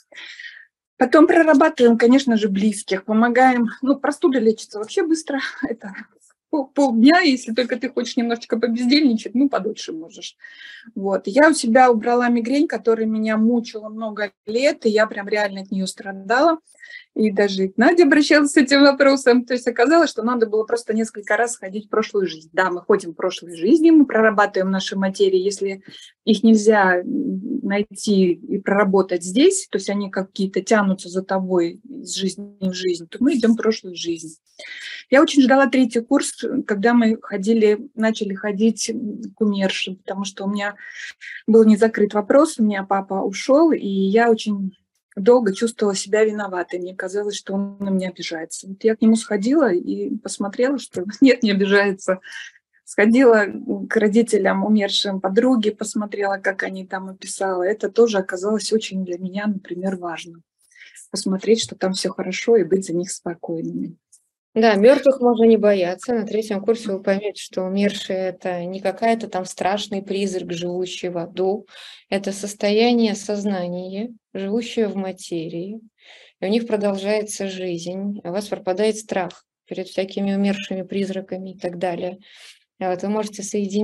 Потом прорабатываем, конечно же, близких, помогаем. Ну, простуда лечится вообще быстро, это полдня, если только ты хочешь немножечко побездельничать, ну, подольше можешь. Вот. Я у себя убрала мигрень, которая меня мучила много лет, и я прям реально от нее страдала. И даже Надя обращалась с этим вопросом. То есть оказалось, что надо было просто несколько раз ходить в прошлую жизнь. Да, мы ходим в прошлую жизнь, мы прорабатываем наши материи. Если их нельзя найти и проработать здесь, то есть они какие-то тянутся за тобой из жизни в жизнь, то мы идем в прошлую жизнь. Я очень ждала третий курс, когда мы начали ходить к умершим, потому что у меня был не закрыт вопрос, у меня папа ушел, и я очень долго чувствовала себя виноватой. Мне казалось, что он на меня обижается. Вот я к нему сходила и посмотрела, что нет, не обижается. Сходила к родителям умершим подруги, посмотрела, как они там описала. Это тоже оказалось очень для меня, например, важно. Посмотреть, что там все хорошо, и быть за них спокойными. Да, мертвых можно не бояться. На третьем курсе вы поймете, что умершие – это не какая-то там страшный призрак, живущий в аду. Это состояние сознания, живущее в материи. И у них продолжается жизнь, а у вас пропадает страх перед всякими умершими призраками и так далее. Вот вы можете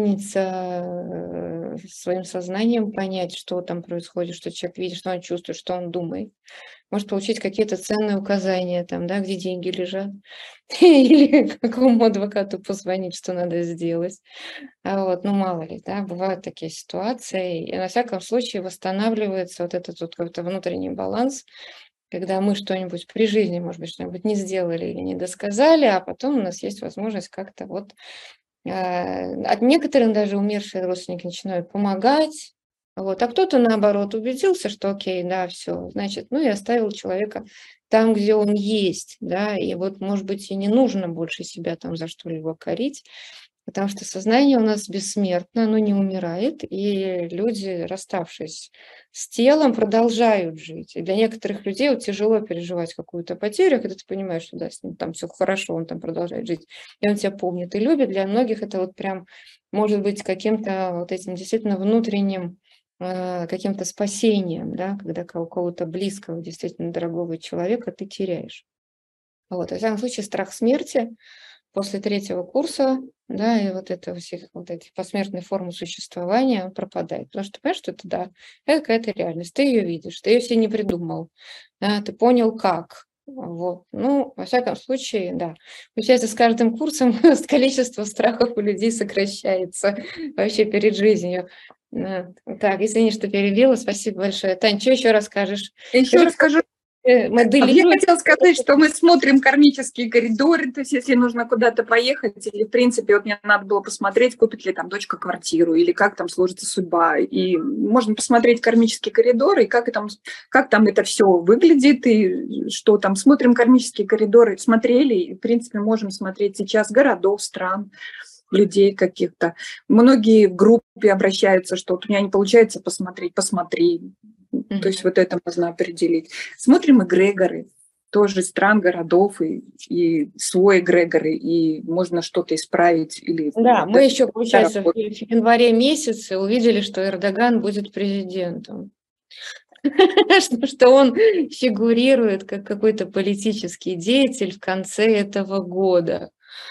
соединиться со своим сознанием, понять, что там происходит, что человек видит, что он чувствует, что он думает. Может получить какие-то ценные указания, там, да, где деньги лежат, или какому адвокату позвонить, что надо сделать. Вот, ну, мало ли, да, бывают такие ситуации. И на всяком случае восстанавливается вот этот вот какой-то внутренний баланс, когда мы что-нибудь при жизни, может быть, что-нибудь не сделали или не досказали, а потом у нас есть возможность как-то вот от некоторых даже умершие родственники начинают помогать, вот, а кто-то, наоборот, убедился, что окей, да, все, значит, ну и оставил человека там, где он есть, да, и вот, может быть, и не нужно больше себя там за что-либо корить, потому что сознание у нас бессмертно, оно не умирает, и люди, расставшись с телом, продолжают жить. И для некоторых людей вот тяжело переживать какую-то потерю, когда ты понимаешь, что да, с ним там все хорошо, он там продолжает жить, и он тебя помнит и любит. Для многих это вот прям может быть каким-то вот этим действительно внутренним каким-то спасением, да, когда у кого-то близкого, действительно дорогого человека ты теряешь. Вот. Во всяком случае, страх смерти после третьего курса, да, и вот это всех вот эти посмертные формы существования, он пропадает. Потому что ты понимаешь, что это да, это какая-то реальность, ты ее видишь, ты ее себе не придумал, да, ты понял как. Вот. Ну, во всяком случае, да. Получается, с каждым курсом количество страхов у людей сокращается вообще перед жизнью. Так, извини, что перебила, спасибо большое. Тань, что еще расскажешь? Еще расскажу. Я Моделируем. хотела сказать, что мы смотрим кармические коридоры, то есть если нужно куда-то поехать, или, в принципе, вот мне надо было посмотреть, купит ли там дочка квартиру, или как там сложится судьба, и можно посмотреть кармические коридоры, и как там это все выглядит, и что там. Смотрим кармические коридоры, смотрели, и, в принципе, можем смотреть сейчас городов, стран, людей каких-то. Многие в группе обращаются, что вот у меня не получается посмотреть, посмотри. То есть вот это можно определить. Смотрим эгрегоры, тоже стран, городов и свой эгрегор, и можно что-то исправить. Или да, мы еще, получается, в январе месяце увидели, что Эрдоган будет президентом. Что он фигурирует как какой-то политический деятель в конце этого года.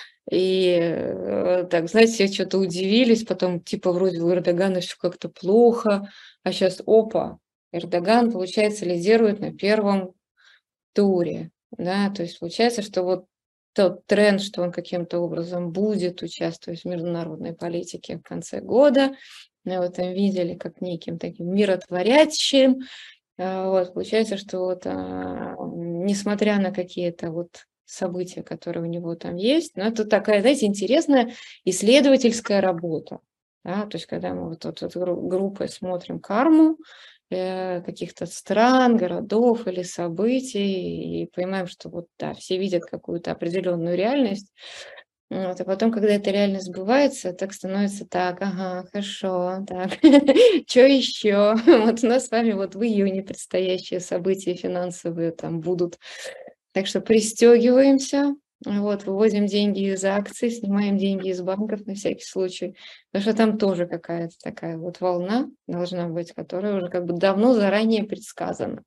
И так, знаете, все что-то удивились, потом типа вроде у Эрдогана все как-то плохо, а сейчас опа, Эрдоган, получается, лидирует на первом туре, да, то есть получается, что вот тот тренд, что он каким-то образом будет участвовать в международной политике в конце года, мы в этом видели как неким таким миротворящим, вот, получается, что вот, несмотря на какие-то вот события, которые у него там есть, но это такая, знаете, интересная исследовательская работа, да, то есть когда мы вот группой смотрим карму каких-то стран, городов или событий и понимаем, что вот да, все видят какую-то определенную реальность, Вот, а потом, когда это реально сбывается, так становится так, ага, хорошо, так, что еще? Вот у нас с вами вот в июне предстоящие события финансовые там будут. Так что пристегиваемся, вот, выводим деньги из акций, снимаем деньги из банков на всякий случай, потому что там тоже какая-то такая вот волна должна быть, которая уже как бы давно заранее предсказана.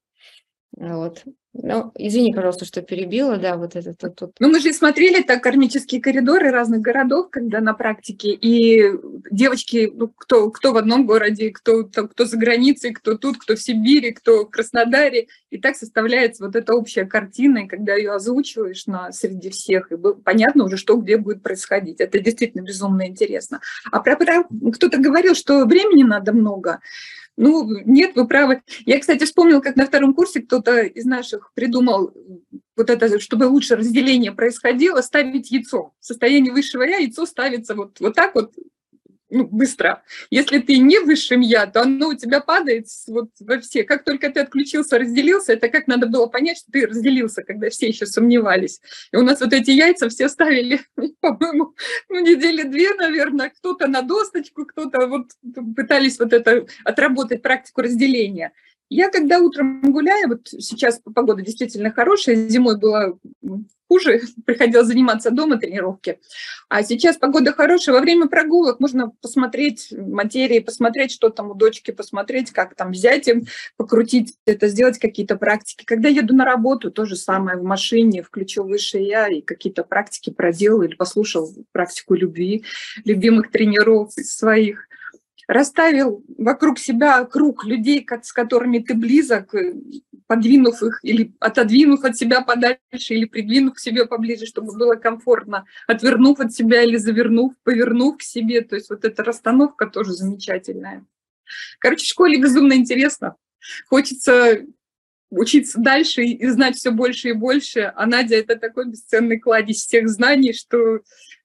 Вот. Ну, извини, пожалуйста, что перебила, да, вот это тут. Ну, мы же смотрели так кармические коридоры разных городов, когда на практике, и девочки, ну, кто в одном городе, кто за границей, кто тут, кто в Сибири, кто в Краснодаре, и так составляется вот эта общая картина, и когда ее озвучиваешь среди всех, и понятно уже, что где будет происходить. Это действительно безумно интересно. А кто-то говорил, что времени надо много. Ну, нет, вы правы. Я, кстати, вспомнила, как на втором курсе кто-то из наших придумал вот это, чтобы лучше разделение происходило, ставить яйцо. В состоянии высшего я яйцо ставится вот так вот, ну, быстро. Если ты не высшим я, то оно у тебя падает вот во все. Как только ты отключился, разделился, это как надо было понять, что ты разделился, когда все еще сомневались. И у нас вот эти яйца все ставили, по-моему, недели 2, наверное, кто-то на досточку, кто-то вот пытались вот это отработать практику разделения. Я когда утром гуляю, вот сейчас погода действительно хорошая, зимой было хуже, приходилось заниматься дома тренировки, а сейчас погода хорошая, во время прогулок можно посмотреть материи, посмотреть, что там у дочки, посмотреть, как там взять им, покрутить это, сделать какие-то практики. Когда еду на работу, то же самое, в машине включил высшее я и какие-то практики проделал или послушал практику любви, любимых тренеров своих. Расставил вокруг себя круг людей, с которыми ты близок, подвинув их или отодвинув от себя подальше, или придвинув к себе поближе, чтобы было комфортно, отвернув от себя или завернув, повернув к себе. То есть вот эта расстановка тоже замечательная. Короче, в школе безумно интересно. Хочется учиться дальше и знать все больше и больше. А Надя – это такой бесценный кладезь всех знаний, что,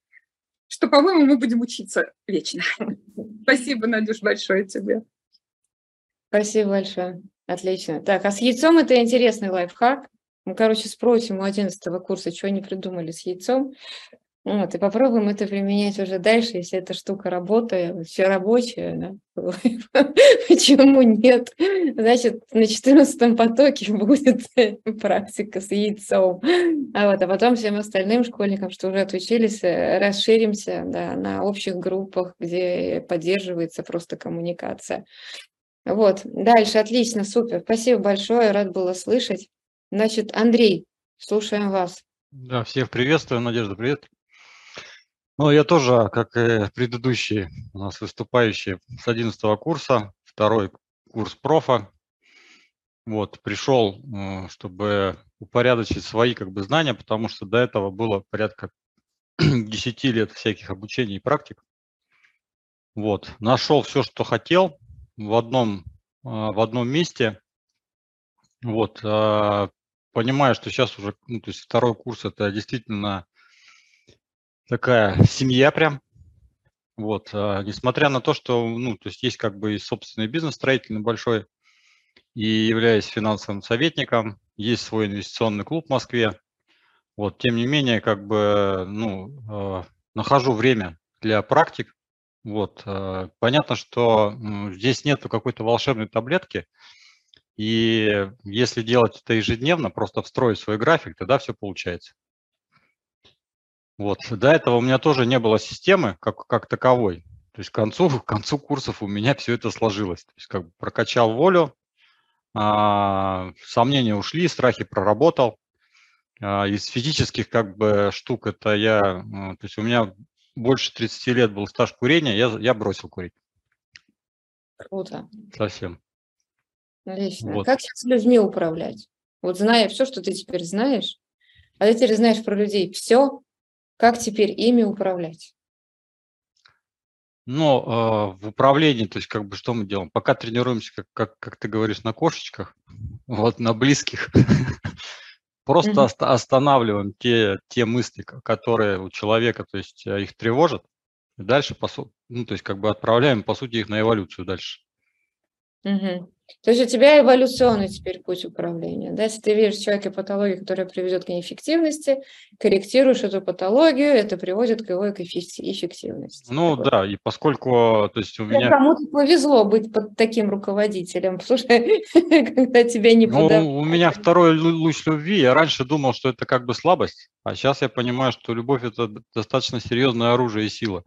по-моему, мы будем учиться вечно. Спасибо, Надюш, большое тебе. Спасибо большое. Отлично. Так, а с яйцом это интересный лайфхак. Мы, короче, спросим у 11 курса, что они придумали с яйцом. Вот, и попробуем это применять уже дальше, если эта штука работает, все рабочая, да? Почему нет? Значит, на 14 потоке будет практика с яйцом. А потом всем остальным школьникам, что уже отучились, расширимся, да, на общих группах, где поддерживается просто коммуникация. Вот, дальше, отлично, супер. Спасибо большое, рад было слышать. Значит, Андрей, слушаем вас. Да, всех приветствую, Надежда, привет. Ну, я тоже, как и предыдущие у нас выступающие с 11 курса, второй курс профа. Вот, пришел, чтобы упорядочить свои знания, потому что до этого было порядка 10 лет всяких обучений и практик. Вот, нашел все, что хотел в одном месте. Вот, понимаю, что сейчас уже, то есть второй курс – это действительно такая семья прям. Вот, несмотря на то, что, то есть есть и собственный бизнес строительный большой, и являюсь финансовым советником, есть свой инвестиционный клуб в Москве. Вот, тем не менее, нахожу время для практик. Вот, понятно, что здесь нету какой-то волшебной таблетки, и если делать это ежедневно, просто встроить свой график, тогда все получается. Вот, до этого у меня тоже не было системы как таковой. То есть к концу курсов у меня все это сложилось. То есть прокачал волю, сомнения ушли, страхи проработал. Из физических штук это то есть у меня больше 30 лет был стаж курения, я бросил курить. Круто. Совсем. Отлично. Вот. Как сейчас людьми управлять? Вот зная все, что ты теперь знаешь, а ты теперь знаешь про людей все, как теперь ими управлять? Но в управлении, то есть что мы делаем? Пока тренируемся, как ты говоришь, на кошечках, вот на близких, просто останавливаем те мысли, которые у человека, то есть их тревожат, и дальше, то есть отправляем, по сути, их на эволюцию дальше. Угу. То есть у тебя эволюционный теперь путь управления. Да? Если ты видишь в человеке патологию, которая приведет к неэффективности, корректируешь эту патологию, это приводит к его эффективности. Ну Такой. да, и поскольку, то есть у меня, Кому-то повезло быть под таким руководителем, слушай, когда тебя не подавляют. у меня второй луч любви. Я раньше думал, что это как бы слабость, а сейчас я понимаю, что любовь – это достаточно серьезное оружие и сила.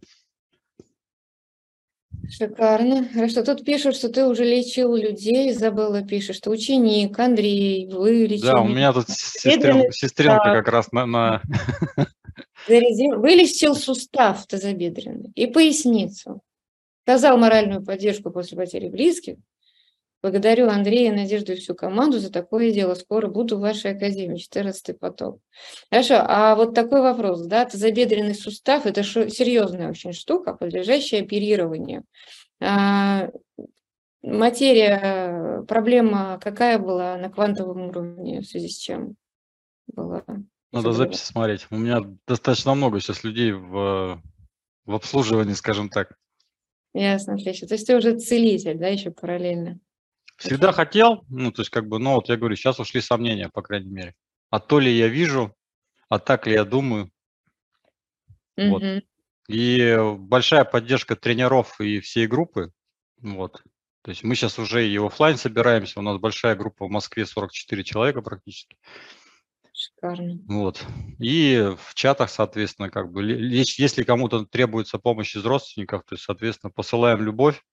Шикарно. Хорошо. Тут пишут, что ты уже лечил людей. Изабелла пишет, что ученик Андрей вылечил Да, у меня. меня тут сестренка как раз на... Вылечил сустав тазобедренный и поясницу. Оказал моральную поддержку после потери близких. Благодарю Андрея, Надежду и всю команду за такое дело. Скоро буду в вашей академии, 14-й поток. Хорошо, а вот такой вопрос, да, тазобедренный сустав – это серьезная очень штука, подлежащая оперированию. Материя, проблема какая была на квантовом уровне, в связи с чем была? Надо записи смотреть. У меня достаточно много сейчас людей в обслуживании, скажем так. Ясно, отлично. То есть ты уже целитель, да, еще параллельно? Всегда хотел, ну, то есть как бы, ну, вот я говорю, сейчас ушли сомнения, по крайней мере. А то ли я вижу, а так ли я думаю. Вот. И большая поддержка тренеров и всей группы. Вот. То есть мы сейчас уже и офлайн собираемся. У нас большая группа в Москве, 44 человека практически. Шикарно. Вот. И в чатах, соответственно, как бы, если кому-то требуется помощь из родственников, то есть, соответственно, посылаем любовь,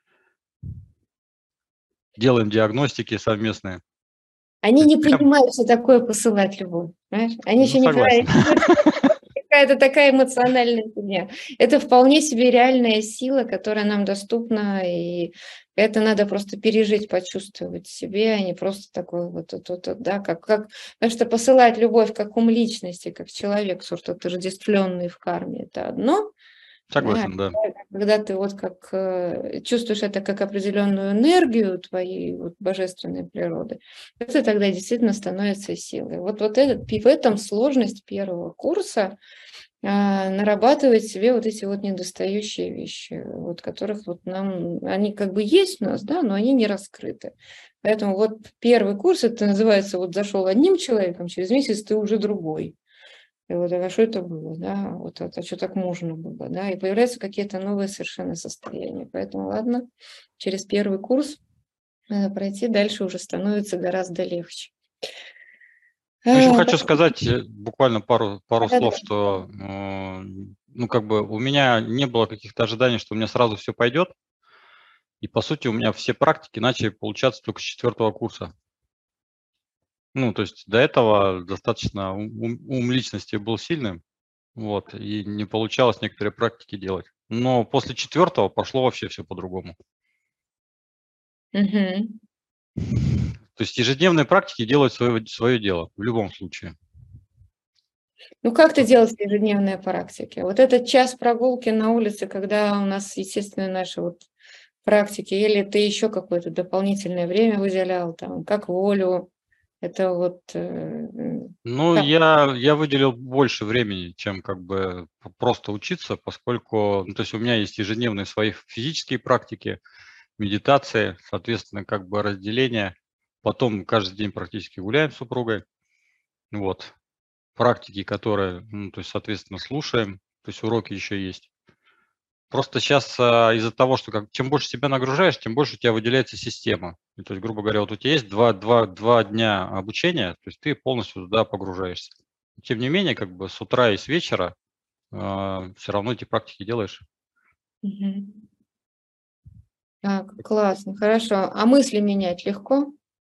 делаем диагностики совместные. Они не понимают, что такое посылать любовь. Знаешь? Они еще не понимают. Какая-то такая эмоциональная фигня. Это вполне себе реальная сила, которая нам доступна, и это надо просто пережить, почувствовать в себе, а не просто такое вот, да, потому что посылать любовь как ум личности, как человек, сорт отождествленный в карме, это одно. Согласен, да. Когда ты вот как чувствуешь это как определенную энергию твоей вот божественной природы, это тогда действительно становится силой. Вот в этом сложность первого курса нарабатывать себе вот эти вот недостающие вещи, вот которых вот нам, они как бы есть у нас, да, но они не раскрыты. Поэтому вот первый курс, это называется, вот зашел одним человеком, через месяц ты уже другой. И вот, а что это было, да, вот это что так можно было, да, и появляются какие-то новые совершенно состояния. Поэтому, ладно, через первый курс надо пройти, дальше уже становится гораздо легче. Еще хочу сказать буквально пару слов, что, ну, как бы у меня не было каких-то ожиданий, что у меня сразу все пойдет. И, по сути, у меня все практики начали получаться только с 4-го курса. Ну, то есть до этого достаточно ум личности был сильным, вот, и не получалось некоторые практики делать. Но после 4-го пошло вообще все по-другому. То есть ежедневные практики делают свое дело в любом случае. Ну, как ты делаешь ежедневные практики? Вот этот час прогулки на улице, когда у нас, естественно, наши вот практики, или ты еще какое-то дополнительное время выделял, там, как волю, это вот... Ну, я выделил больше времени, чем как бы просто учиться, поскольку, ну, то есть у меня есть ежедневные свои физические практики, медитации, соответственно, как бы разделение. Потом каждый день практически гуляем с супругой. Вот. Практики, которые, ну, то есть, соответственно, слушаем, то есть уроки еще есть. Просто сейчас из-за того, что чем больше себя нагружаешь, тем больше у тебя выделяется система. И, то есть, грубо говоря, вот у тебя есть два дня обучения, то есть ты полностью туда погружаешься. Тем не менее, как бы с утра и с вечера все равно эти практики делаешь. Так, классно, хорошо. А мысли менять легко?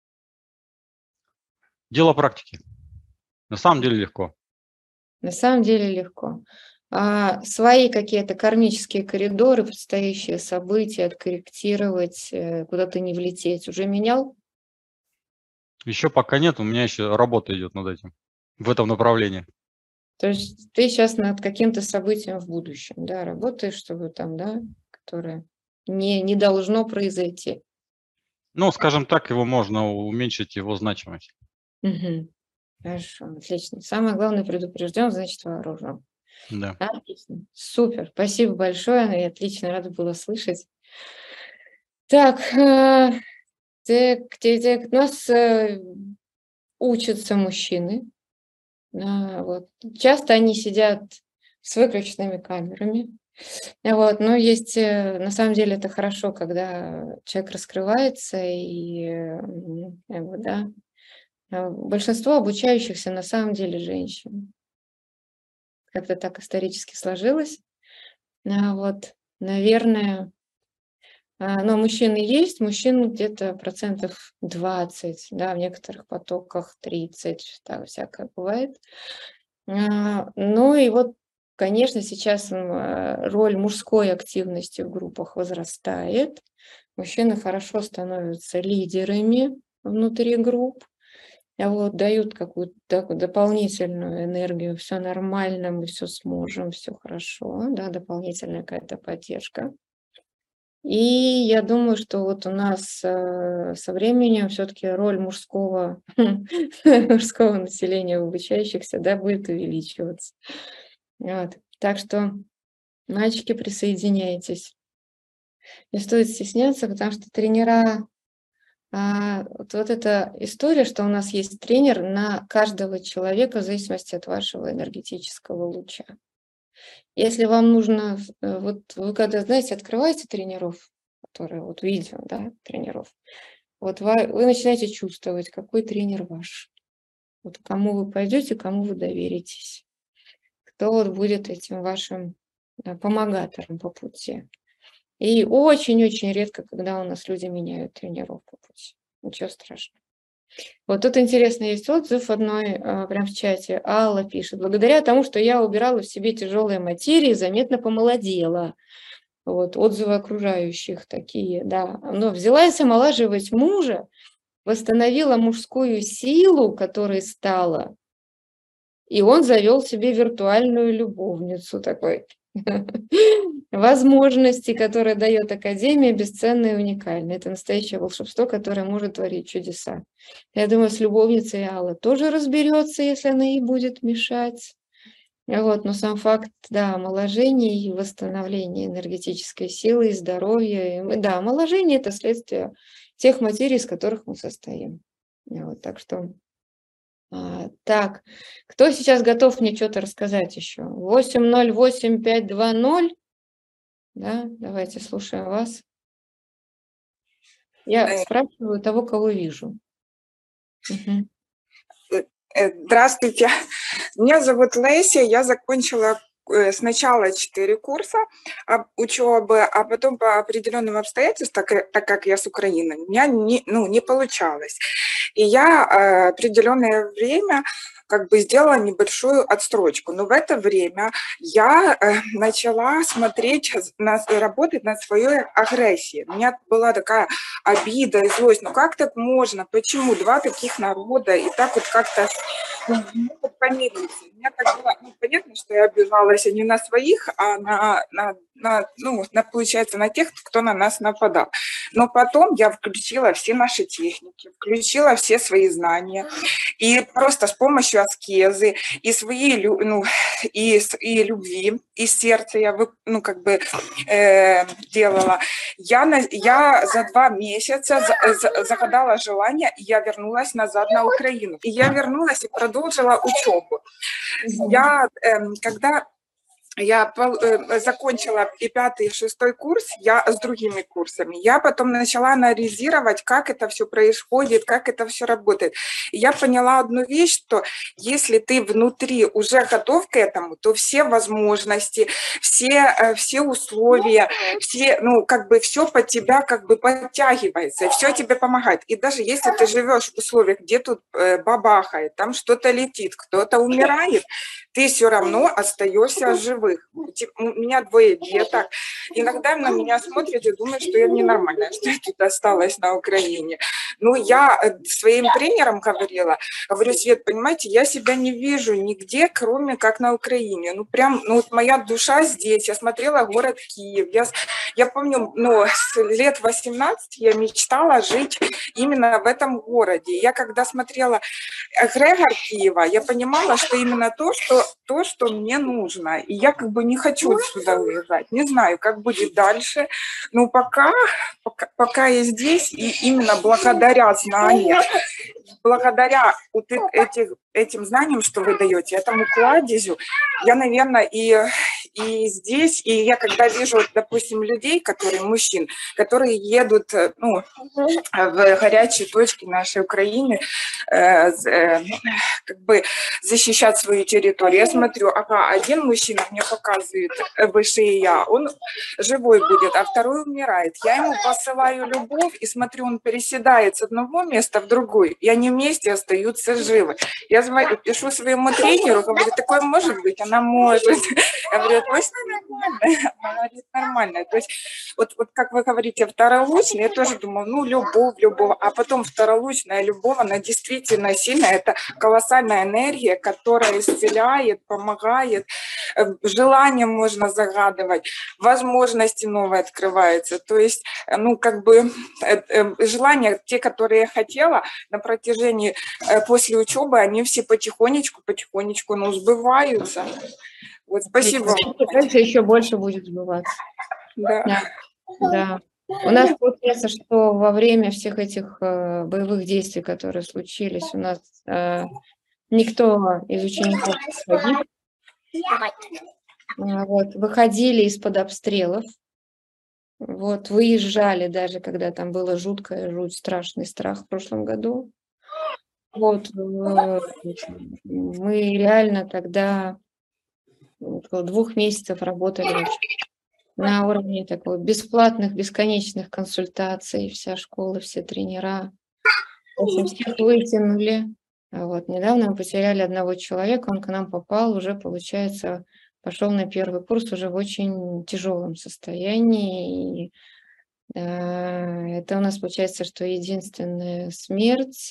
Дело практики. На самом деле легко. На самом деле легко. А свои какие-то кармические коридоры, предстоящие события откорректировать, куда-то не влететь, уже менял? Еще пока нет, у меня еще работа идет над этим, в этом направлении. То есть ты сейчас над каким-то событием в будущем, да, работаешь, чтобы там, да, которое не должно произойти. Ну, скажем так, его можно уменьшить, его значимость. Хорошо, отлично. Самое главное, предупрежден, значит вооружен. Да. Отлично, супер, спасибо большое, я отлично рада была слышать. Так, У нас учатся мужчины. Вот. Часто они сидят с выключенными камерами. Вот. Но есть, на самом деле, это хорошо, когда человек раскрывается, и да, большинство обучающихся на самом деле женщин. Как-то так исторически сложилось. Вот, наверное, но мужчины есть, мужчин где-то 20%, да, в некоторых потоках 30%, да, всякое бывает. Ну и вот, конечно, сейчас роль мужской активности в группах возрастает. Мужчины хорошо становятся лидерами внутри групп. Вот, дают какую-то дополнительную энергию, все нормально, мы все сможем, все хорошо, да, дополнительная какая-то поддержка. И я думаю, что вот у нас со временем все-таки роль мужского населения в обучающихся, да, будет увеличиваться. Вот. Так что, мальчики, присоединяйтесь. Не стоит стесняться, потому что тренера... Вот эта история, что у нас есть тренер на каждого человека в зависимости от вашего энергетического луча. Если вам нужно, вот вы когда, знаете, открываете тренеров, которые вот видео, да, тренеров, вот вы начинаете чувствовать, какой тренер ваш, вот кому вы пойдете, кому вы доверитесь, кто вот будет этим вашим помогатором по пути. И очень-очень редко, когда у нас люди меняют тренеров по пути. Ничего страшного. Вот тут интересно, есть отзыв одной, прям в чате. Алла пишет: благодаря тому, что я убирала в себе тяжелые материи, заметно помолодела. Вот, отзывы окружающих такие, да. Но взялась омолаживать мужа, восстановила мужскую силу, которой стала, и он завел себе виртуальную любовницу такой. Возможности, которые дает Академия, бесценные и уникальные. Это настоящее волшебство, которое может творить чудеса. Я думаю, с любовницей Алла тоже разберется, если она ей будет мешать. Вот, но сам факт, да, омоложения и восстановления энергетической силы и здоровья. Да, омоложение – это следствие тех материй, из которых мы состоим. Вот, так что... Так, кто сейчас готов мне что-то рассказать еще? 808-520. Да, давайте слушаем вас. Я спрашиваю того, кого вижу. Угу. Здравствуйте, меня зовут Леся, я закончила сначала 4 курса учебы, а потом по определенным обстоятельствам, так как я с Украины, у меня не получалось. И я определенное время как бы сделала небольшую отстрочку. Но в это время я начала работать над своей агрессией. У меня была такая обида и злость. Ну как так можно? Почему два таких народа и так вот как-то помириться? У меня так было, понятно, что я обижалась не на своих, а получается, на тех, кто на нас нападал. Но потом я включила все наши техники, включила все свои знания, и просто с помощью аскезы и своей и любви, и сердца я делала. Я за 2 месяца загадала желание, и я вернулась назад на Украину. И я вернулась и продолжила учебу. Когда я закончила и 5-й, и 6-й курс, я с другими курсами. Я потом начала анализировать, как это все происходит, как это все работает. И я поняла одну вещь, что если ты внутри уже готов к этому, то все возможности, все условия, все под тебя подтягивается, и все тебе помогает. И даже если ты живешь в условиях, где тут бабахает, там что-то летит, кто-то умирает, ты все равно остаешься живых. У меня 2 деток. Иногда на меня смотрят и думают, что я ненормальная, что я тут осталась на Украине. Я своим тренерам говорю, Свет, понимаете, я себя не вижу нигде, кроме как на Украине. Моя душа здесь. Я смотрела город Киев. Я помню, с лет 18 я мечтала жить именно в этом городе. Я когда смотрела эгрегор Киева, я понимала, что именно то, что мне нужно. И я я как бы не хочу отсюда уезжать. Не знаю, как будет дальше, но пока я здесь, и именно благодаря знаниям, благодаря вот этим знаниям, что вы даете, этому кладезю, я, наверное, и здесь, и я когда вижу, допустим, людей, мужчин, которые едут, ну, в горячие точки нашей Украины, как бы защищать свою территорию. Я смотрю, ага, один мужчина мне показывает выше я, он живой будет, а второй умирает. Я ему посылаю любовь и смотрю, он переседает с одного места в другое, и они вместе остаются живы. Я пишу своему тренеру, говорю, такое может быть? Она может. Я говорю, точно нормально? Она говорит, нормально. То есть вот как вы говорите, второлучная, я тоже думала, ну, любовь, а потом второлучная любовь, она действительно сильная, это колоссальная энергия, которая исцеляет, помогает, желания можно загадывать, возможности новые открываются. То есть, ну, как бы желания, те, которые я хотела на протяжении, после учебы, они все потихонечку, ну, сбываются. Вот, спасибо. Дальше еще больше будет сбываться. Да. Да. У нас получается, что во время всех этих боевых действий, которые случились, у нас никто из учеников не погиб. Вот, выходили из-под обстрелов, вот, выезжали даже, когда там была жуткая жуть, страшный страх в прошлом году. Вот, мы реально тогда около 2 месяцев работали вообще на уровне такой бесплатных, бесконечных консультаций, вся школа, все тренера. В общем, всех вытянули. Вот. Недавно мы потеряли одного человека, он к нам попал, уже, получается, пошел на первый курс уже в очень тяжелом состоянии. И, это у нас получается, что единственная смерть,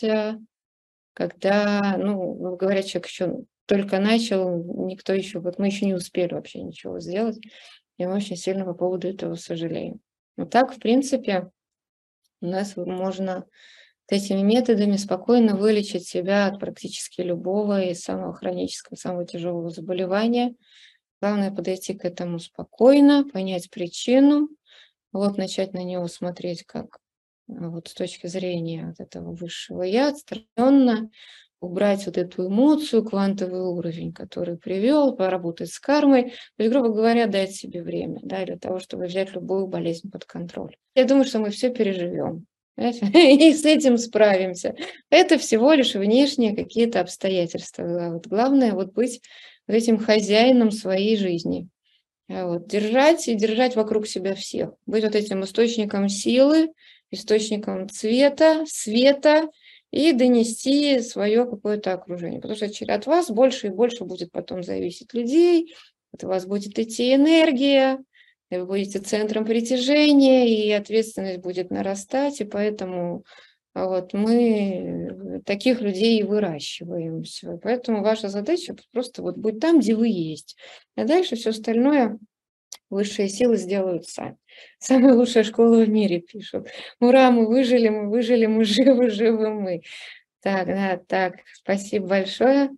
когда, ну, говорят, человек еще только начал, никто еще, вот мы еще не успели вообще ничего сделать, и мы очень сильно по поводу этого сожалеем. Вот так, в принципе, у нас можно этими методами спокойно вылечить себя от практически любого и самого хронического, самого тяжелого заболевания. Главное подойти к этому спокойно, понять причину, вот начать на него смотреть как вот с точки зрения вот этого высшего я, отстраненно, убрать вот эту эмоцию, квантовый уровень, который привел, поработать с кармой, то есть, грубо говоря, дать себе время, да, для того, чтобы взять любую болезнь под контроль. Я думаю, что мы все переживем. И с этим справимся. Это всего лишь внешние какие-то обстоятельства. Вот главное вот быть вот этим хозяином своей жизни. Вот, держать вокруг себя всех. Быть вот этим источником силы, источником цвета, света и донести свое какое-то окружение. Потому что от вас больше и больше будет потом зависеть людей, от вас будет идти энергия, вы будете центром притяжения, и ответственность будет нарастать, и поэтому вот мы таких людей и выращиваем. Все. Поэтому ваша задача просто вот быть там, где вы есть. А дальше все остальное высшие силы сделают сами. Самая лучшая школа в мире пишут. Ура, мы выжили, мы живы мы. Так, да, так, спасибо большое.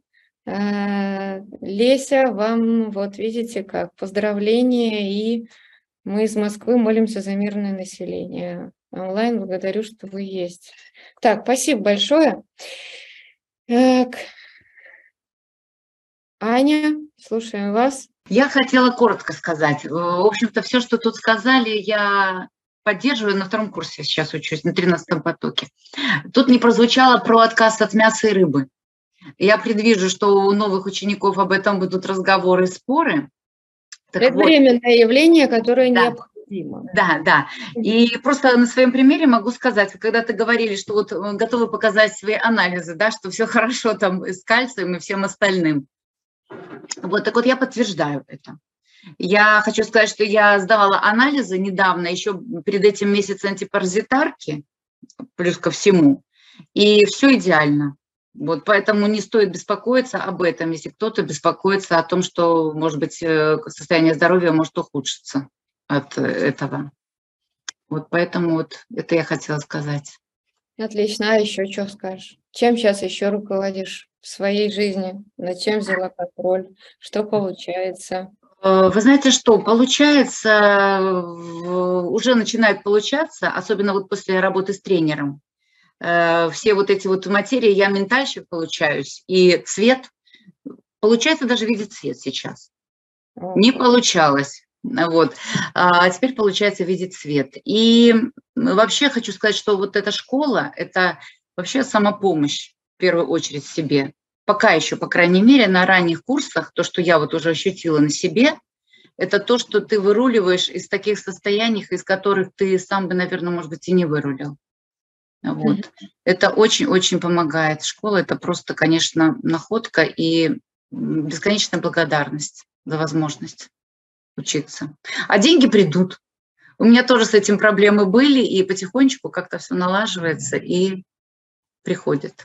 Леся, вам, вот видите, как поздравления, и мы из Москвы молимся за мирное население. Онлайн благодарю, что вы есть. Так, спасибо большое. Так. Аня, слушаем вас. Я хотела коротко сказать. В общем-то, все, что тут сказали, я поддерживаю. На 2-м курсе сейчас учусь, на 13-м потоке. Тут не прозвучало про отказ от мяса и рыбы. Я предвижу, что у новых учеников об этом будут разговоры, споры. Так это вот, временное явление, которое необходимо. Да. И просто на своем примере могу сказать, когда-то говорили, что вот готовы показать свои анализы, да, что все хорошо там с кальцием и всем остальным. Вот, так вот я подтверждаю это. Я хочу сказать, что я сдавала анализы недавно, еще перед этим месяц антипаразитарки, плюс ко всему, и все идеально. Вот, поэтому не стоит беспокоиться об этом, если кто-то беспокоится о том, что, может быть, состояние здоровья может ухудшиться от этого. Вот поэтому вот это я хотела сказать. Отлично. А еще что скажешь? Чем сейчас еще руководишь в своей жизни? Над чем взяла контроль? Что получается? Вы знаете, что получается, уже начинает получаться, особенно вот после работы с тренером. Все вот эти вот материи, я ментальщик получаюсь, и цвет, получается даже видеть цвет сейчас. Не получалось. Вот. А теперь получается видеть цвет. И вообще хочу сказать, что вот эта школа – это вообще самопомощь в первую очередь себе. Пока еще, по крайней мере, на ранних курсах, то, что я вот уже ощутила на себе, это то, что ты выруливаешь из таких состояний, из которых ты сам бы, наверное, может быть, и не вырулил. Вот. Это очень-очень помогает. Школа – это просто, конечно, находка и бесконечная благодарность за возможность учиться. А деньги придут. У меня тоже с этим проблемы были, и потихонечку как-то все налаживается и приходит.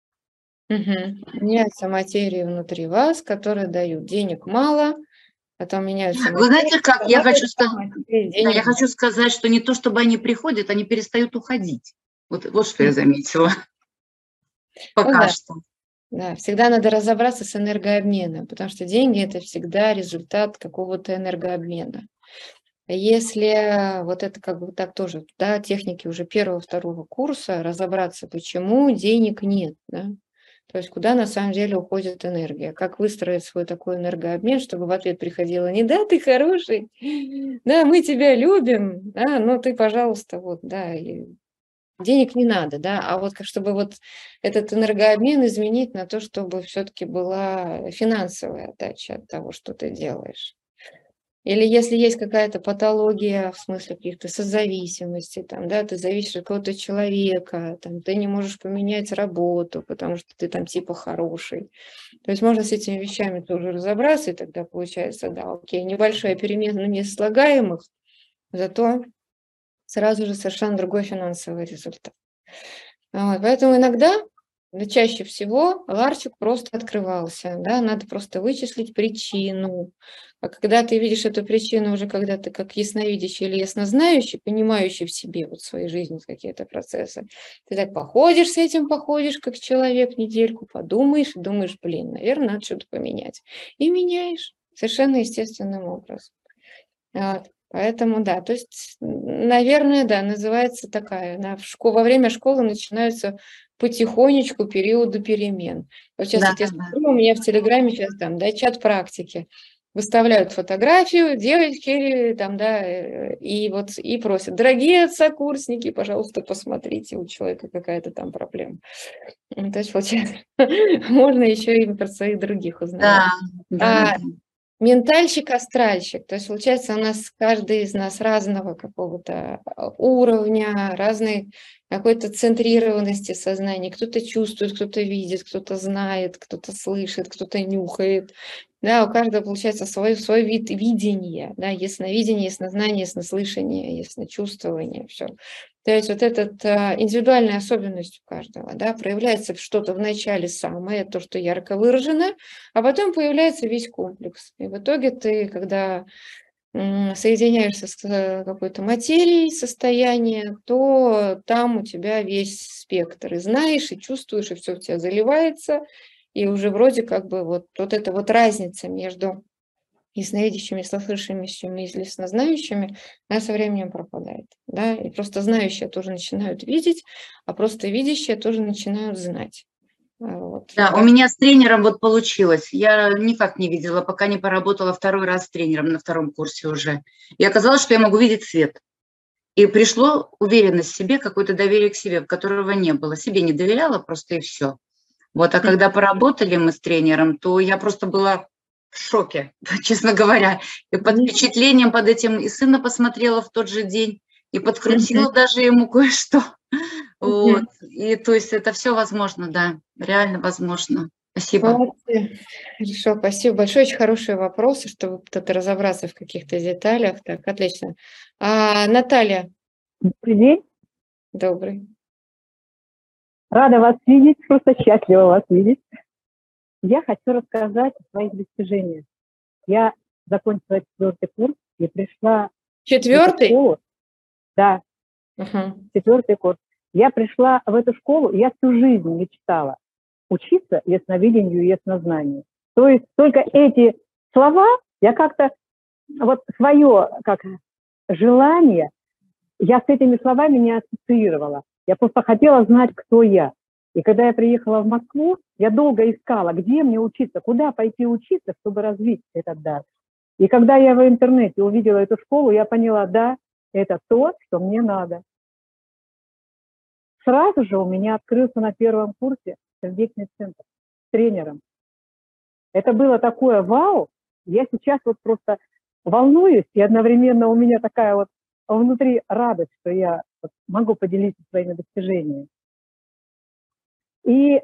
Меняются материи внутри вас, которые дают денег мало, потом меняются Вы знаете, как я хочу я хочу сказать, что не то, чтобы они приходят, они перестают уходить. Вот что я заметила. Пока да. что. Да, всегда надо разобраться с энергообменом, потому что деньги – это всегда результат какого-то энергообмена. Если вот это как бы так тоже, да, техники уже первого-второго курса, разобраться, почему денег нет, да? То есть куда на самом деле уходит энергия, как выстроить свой такой энергообмен, чтобы в ответ приходило не «да, ты хороший», «да, мы тебя любим», «да, ну ты, пожалуйста, вот, да, и денег не надо», да, а вот чтобы вот этот энергообмен изменить на то, чтобы все-таки была финансовая отдача от того, что ты делаешь. Или если есть какая-то патология, в смысле каких-то созависимостей, там, да, ты зависишь от какого-то человека, там, ты не можешь поменять работу, потому что ты там типа хороший. То есть можно с этими вещами тоже разобраться, и тогда получается, да, окей, небольшая перемена неслагаемых, зато сразу же совершенно другой финансовый результат. Вот, поэтому иногда, да, чаще всего ларчик просто открывался, да, надо просто вычислить причину. А когда ты видишь эту причину уже, когда ты как ясновидящий или яснознающий, понимающий в себе вот в своей жизни какие-то процессы, ты так походишь с этим, походишь как человек недельку, подумаешь и думаешь, блин, наверное, надо что-то поменять. И меняешь совершенно естественным образом. Вот. Поэтому, да, то есть, наверное, да, называется такая, во время школы начинаются потихонечку периоды перемен. Вот сейчас вот я смотрю, у меня в Телеграме сейчас там, да, чат практики. Выставляют фотографию, девочки там, да, и вот и просят: дорогие сокурсники, пожалуйста, посмотрите, у человека какая-то там проблема. То есть, получается, можно еще и про своих других узнавать. Да. Ментальщик, астральщик. То есть, получается, у нас каждый из нас разного какого-то уровня, разной какой-то центрированности сознания. Кто-то чувствует, кто-то видит, кто-то знает, кто-то слышит, кто-то нюхает. Да, у каждого получается свой вид видения, да, ясновидение, яснознание, яснослышание, ясночувствование, все. То есть вот эта индивидуальная особенность у каждого, да, проявляется что-то в начале самое, то, что ярко выражено, а потом появляется весь комплекс. И в итоге ты, когда соединяешься с какой-то материей, состоянием, то там у тебя весь спектр. И знаешь, и чувствуешь, и все в тебя заливается, и уже вроде как бы вот эта вот разница между ясновидящими, яснослышащими и яснознающими, она со временем пропадает. Да? И просто знающие тоже начинают видеть, а просто видящие тоже начинают знать. Вот. Да, у меня с тренером вот получилось. Я никак не видела, пока не поработала второй раз с тренером на втором курсе уже. И оказалось, что я могу видеть цвет. И пришло уверенность в себе, какое-то доверие к себе, которого не было. Себе не доверяла просто и все. Вот, а когда поработали мы с тренером, то я просто была в шоке, честно говоря. И под впечатлением под этим и сына посмотрела в тот же день, и подкрутила даже ему кое-что. Вот. И то есть это все возможно, да, реально возможно. Спасибо. Хорошо, спасибо большое. Очень хорошие вопросы, чтобы кто-то разобраться в каких-то деталях. Так, отлично. Наталья. Добрый день. Добрый. Рада вас видеть, просто счастлива вас видеть. Я хочу рассказать о своих достижениях. Я закончила 4-й курс и пришла... 4-й? Да, 4-й курс. Я пришла в эту школу, я всю жизнь мечтала учиться ясновидению и яснознанию. То есть только эти слова, я как-то вот свое как желание, я с этими словами не ассоциировала. Я просто хотела знать, кто я. И когда я приехала в Москву, я долго искала, где мне учиться, куда пойти учиться, чтобы развить этот дар. И когда я в интернете увидела эту школу, я поняла, да, это то, что мне надо. Сразу же у меня открылся на первом курсе сердечный центр с тренером. Это было такое вау. Я сейчас вот просто волнуюсь, и одновременно у меня такая вот внутри радость, что я вот могу поделиться своими достижениями. И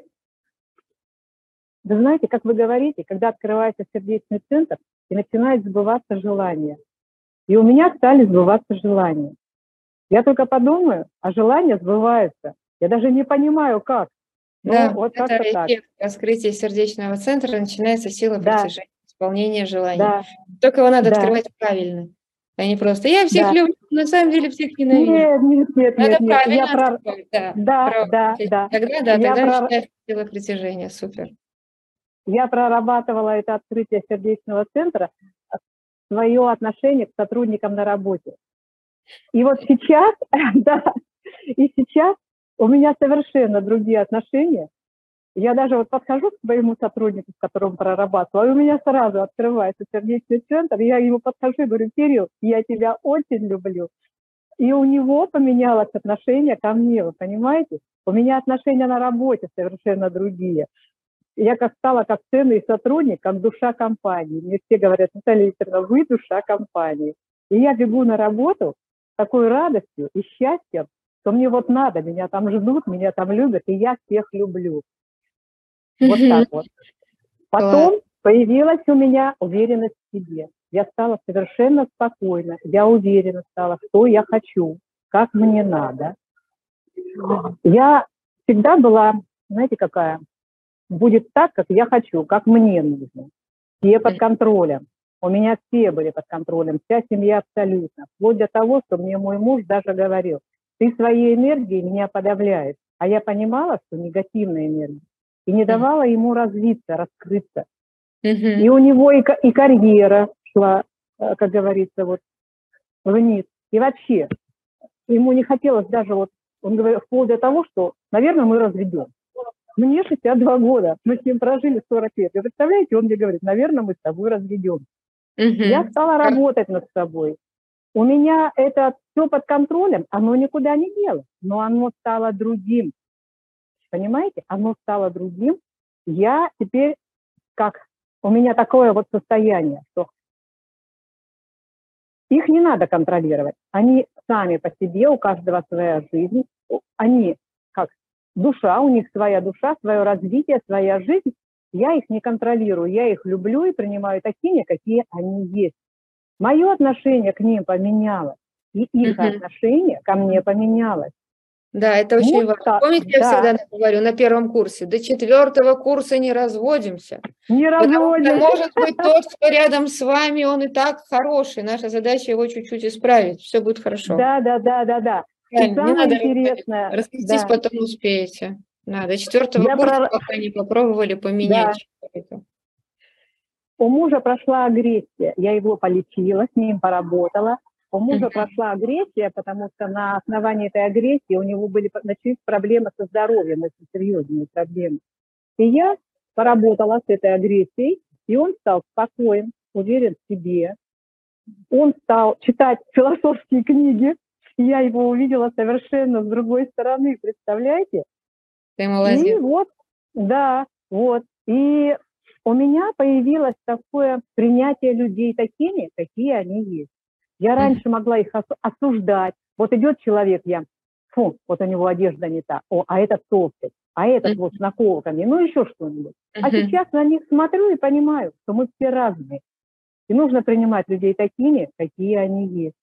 вы знаете, как вы говорите, когда открывается сердечный центр, и начинает сбываться желание. И у меня стали сбываться желания. Я только подумаю, а желания сбываются. Я даже не понимаю, как. Но Да, вот это как-то так. эффект раскрытия сердечного центра, начинается сила Да. притяжения, исполнения желаний. Да, Только его надо Да. открывать правильно, а не просто «я всех Да. люблю, на самом деле всех ненавижу». Нет. Надо Я правильно открывать, да. Да. Тогда начинается сила притяжения, супер. Я прорабатывала это открытие сердечного центра, свое отношение к сотрудникам на работе. И вот сейчас, да, и сейчас у меня совершенно другие отношения. Я даже вот подхожу к своему сотруднику, с которым прорабатывала, и у меня сразу открывается сердечный центр, и я ему подхожу и говорю: Кирилл, я тебя очень люблю. И у него поменялось отношение ко мне, вы понимаете? У меня отношения на работе совершенно другие. Я стала как ценный сотрудник, как душа компании. Мне все говорят: Наталья Викторовна, вы душа компании. И я бегу на работу с такой радостью и счастьем, что мне вот надо, меня там ждут, меня там любят, и я всех люблю. Вот так вот. Потом появилась у меня уверенность в себе. Я стала совершенно спокойна, я уверена стала, что я хочу, как мне надо. Я всегда была, знаете, какая? Будет так, как я хочу, как мне нужно. Все под контролем. У меня все были под контролем, вся семья абсолютно. Вплоть до того, что мне мой муж даже говорил: ты своей энергией меня подавляешь. А я понимала, что негативная энергия. И не давала ему развиться, раскрыться. И у него и карьера шла, как говорится, вот вниз. И вообще, ему не хотелось даже вот, он говорил, вплоть до того, что, наверное, мы разведем. Мне 62 года, мы с ним прожили 40 лет. И представляете, он мне говорит: наверное, мы с тобой разведем. Я стала работать над собой. У меня это все под контролем, оно никуда не делось, но оно стало другим. Понимаете? Оно стало другим. Я теперь, у меня такое вот состояние, что их не надо контролировать. Они сами по себе, у каждого своя жизнь. Они душа, у них своя душа, свое развитие, своя жизнь. Я их не контролирую, я их люблю и принимаю такими, какие они есть. Мое отношение к ним поменялось, и их отношение ко мне поменялось. Да, это очень важно. Помните, я всегда говорю на первом курсе: до 4-го курса не разводимся. Не разводимся. Может быть, тот, кто рядом с вами, он и так хороший. Наша задача его чуть-чуть исправить. Все будет хорошо. Да. И не самое надо интересное, развестись, потом успеете. До 4-го курса пока не попробовали поменять что-то. У мужа прошла агрессия. Я его полечила, с ним поработала. У мужа прошла агрессия, потому что на основании этой агрессии у него начались проблемы со здоровьем, очень серьезные проблемы. И я поработала с этой агрессией, и он стал спокоен, уверен в себе. Он стал читать философские книги. Я его увидела совершенно с другой стороны, представляете? Ты молодец. И И у меня появилось такое принятие людей такими, какие они есть. Я раньше могла их осуждать. Вот идет человек, вот у него одежда не та, а этот толстый, а этот вот с наколками, еще что-нибудь. А сейчас на них смотрю и понимаю, что мы все разные. И нужно принимать людей такими, какие они есть.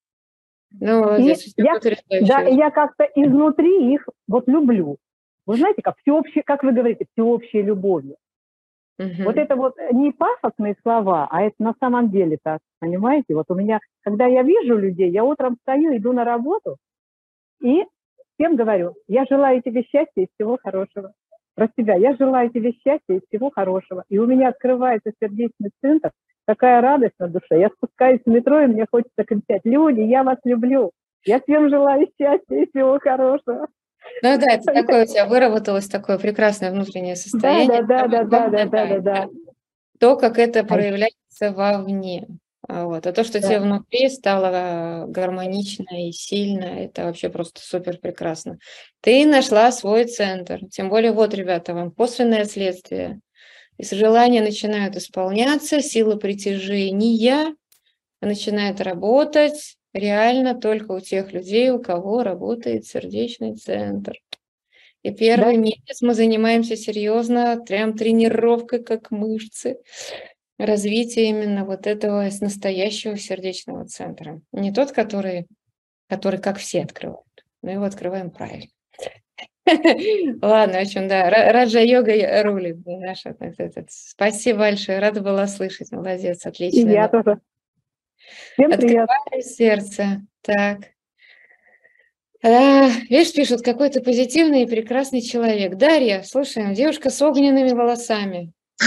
Я как-то изнутри их вот люблю. Вы знаете, как всеобщее, как вы говорите, всеобщей любовью. Вот это вот не пафосные слова, а это на самом деле так, понимаете? Вот у меня, когда я вижу людей, я утром встаю, иду на работу и всем говорю: я желаю тебе счастья и всего хорошего. про себя. Я желаю тебе счастья и всего хорошего. И у меня открывается сердечный центр, такая радость на душе. Я спускаюсь в метро, и мне хочется кричать: люди, я вас люблю. Я всем желаю счастья и всего хорошего. Ну да, это такое у тебя выработалось такое прекрасное внутреннее состояние. Да. То, как это проявляется вовне. Вот. А то, что Да. тебе внутри стало гармонично и сильно, это вообще просто супер прекрасно. Ты нашла свой центр. Тем более, вот, ребята, вам косвенное следствие. Если желания начинают исполняться, сила притяжения начинает работать реально только у тех людей, у кого работает сердечный центр. И первый месяц мы занимаемся серьезно, прям тренировкой, как мышцы, развития именно вот этого настоящего сердечного центра. Не тот, который как все открывают, но его открываем правильно. Ладно, в общем, да, Раджа-йога рулит. Спасибо большое, рада была слышать, молодец, отлично. И я тоже. Всем привет. Открываю сердце, так. Видишь, пишут, какой ты позитивный и прекрасный человек. Дарья, слушаем, девушка с огненными волосами.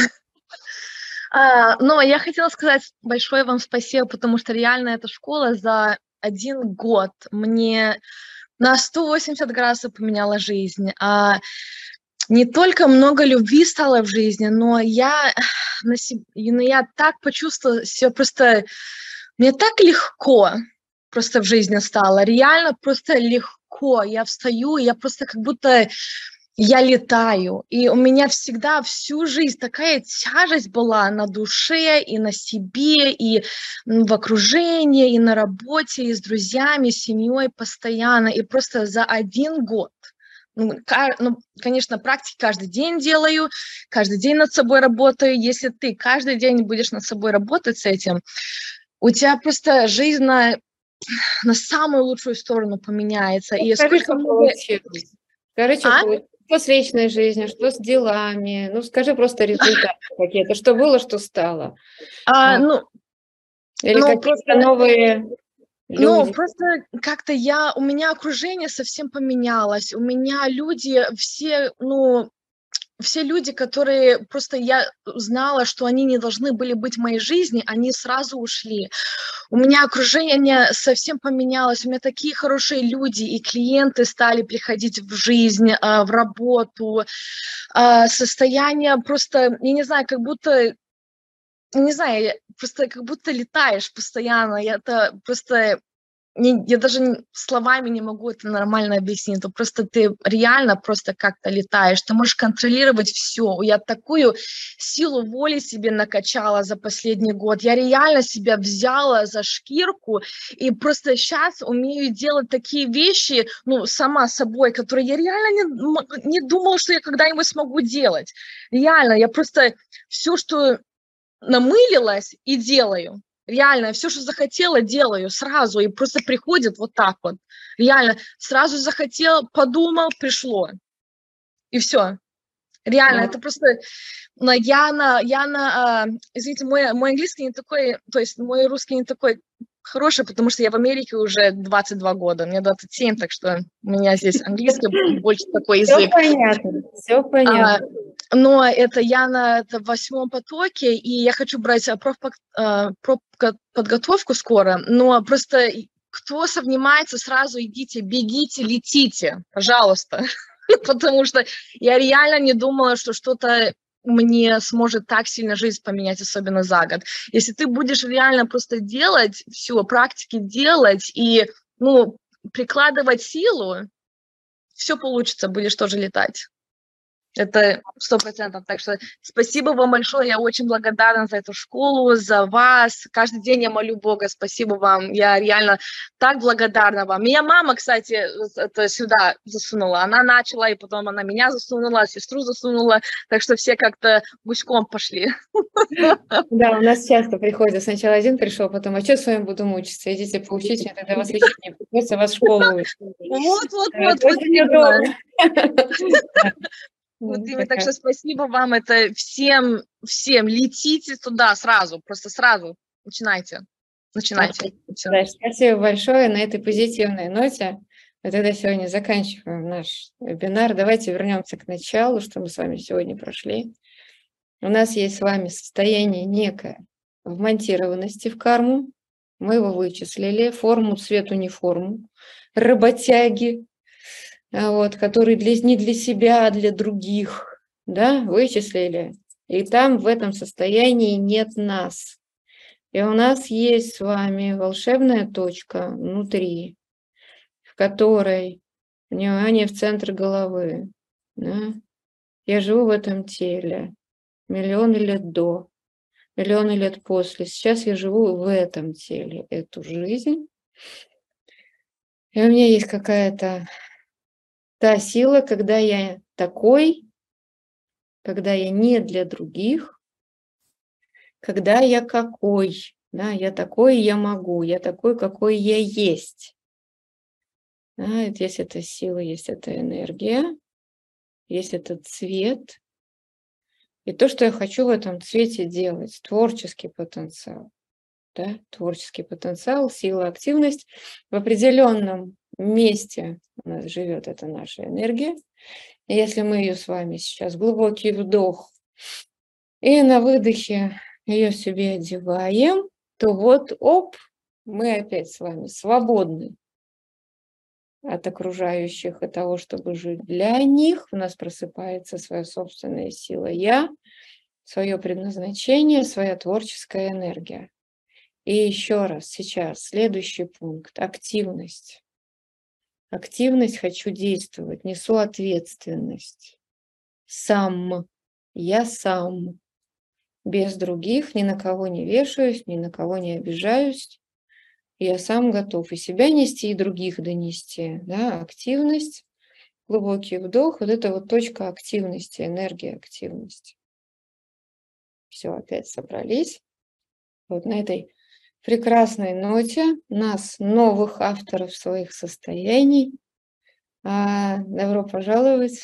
Но я хотела сказать большое вам спасибо, потому что реально эта школа за 1 год мне на 180 градусов поменяла жизнь. Не только много любви стало в жизни, но я так почувствовала себя просто... Мне так легко просто в жизни стало, реально просто легко. Я встаю, я просто как будто я летаю. И у меня всегда всю жизнь такая тяжесть была на душе и на себе, и в окружении, и на работе, и с друзьями, с семьей постоянно. И просто за 1 год. Конечно, практики каждый день делаю, каждый день над собой работаю. Если ты каждый день будешь над собой работать с этим, у тебя просто жизнь на самую лучшую сторону поменяется. И Скажи, что получилось. Скажи, что с личной жизнью, что с делами. Ну, скажи просто результаты какие-то. Что было, что стало. Или какие-то новые люди. Просто как-то у меня окружение совсем поменялось. У меня люди все люди, которые просто я знала, что они не должны были быть в моей жизни, они сразу ушли. У меня окружение совсем поменялось, у меня такие хорошие люди, и клиенты стали приходить в жизнь, в работу. Состояние просто, я не знаю, как будто, не знаю, просто как будто летаешь постоянно. Я даже словами не могу это нормально объяснить. Это просто ты реально просто как-то летаешь. Ты можешь контролировать все. Я такую силу воли себе накачала за последний год. Я реально себя взяла за шкирку и просто сейчас умею делать такие вещи, сама собой, которые я реально не думала, что я когда-нибудь смогу делать. Реально, я просто все, что намылилась, и делаю. Реально, все, что захотела, делаю сразу, и просто приходит вот так вот. Реально, сразу захотел, подумал, пришло. И все. Реально, это просто... Извините, мой английский не такой, то есть мой русский не такой хороший, потому что я в Америке уже 22 года, мне 27, так что у меня здесь английский больше такой язык. Все понятно. Но я на 8-м потоке, и я хочу брать профподготовку скоро, но просто кто сомневается, сразу идите, бегите, летите, пожалуйста, потому что я реально не думала, что что-то мне сможет так сильно жизнь поменять, особенно за год. Если ты будешь реально просто делать все, практики делать и, прикладывать силу, все получится, будешь тоже летать. Это 100%. Так что спасибо вам большое. Я очень благодарна за эту школу, за вас. Каждый день я молю Бога. Спасибо вам. Я реально так благодарна вам. Меня мама, кстати, это сюда засунула. Она начала, и потом она меня засунула, сестру засунула. Так что все как-то гуськом пошли. Да, у нас часто приходит. Сначала один пришел, потом, а что с вами буду мучиться? Идите поучите, мне тогда вас лечить не придется, вас в школу. Вот. Вот именно, так что спасибо вам, это всем летите туда сразу, просто сразу начинайте. Да, спасибо большое на этой позитивной ноте. И тогда сегодня заканчиваем наш вебинар. Давайте вернемся к началу, что мы с вами сегодня прошли. У нас есть с вами состояние некое вмонтированности в карму. Мы его вычислили. Форму, цвет, униформу. Работяги, вот, которые не для себя, а для других. Да, вычислили. И там в этом состоянии нет нас. И у нас есть с вами волшебная точка внутри, в которой, внимание, в центр головы. Да? Я живу в этом теле миллионы лет до, миллионы лет после. Сейчас я живу в этом теле, эту жизнь. И у меня есть какая-то та сила, когда я такой, когда я не для других, когда я какой, да, я такой, я могу, я такой, какой я есть. Да, есть эта сила, есть эта энергия, есть этот цвет. И то, что я хочу в этом цвете делать, творческий потенциал. Да, творческий потенциал, сила, активность. В определенном месте у нас живет эта наша энергия. И если мы ее с вами сейчас глубокий вдох и на выдохе ее себе одеваем, то вот, оп, мы опять с вами свободны от окружающих, от того, чтобы жить для них. У нас просыпается своя собственная сила «я», свое предназначение, своя творческая энергия. И еще раз, сейчас следующий пункт – активность. Активность, хочу действовать, несу ответственность. Сам, я сам. Без других, ни на кого не вешаюсь, ни на кого не обижаюсь. Я сам готов и себя нести, и других донести. Да? Активность, глубокий вдох, вот это вот точка активности, энергия активности. Все, опять собрались. Вот на этой прекрасной ноте нас, новых авторов своих состояний, добро пожаловать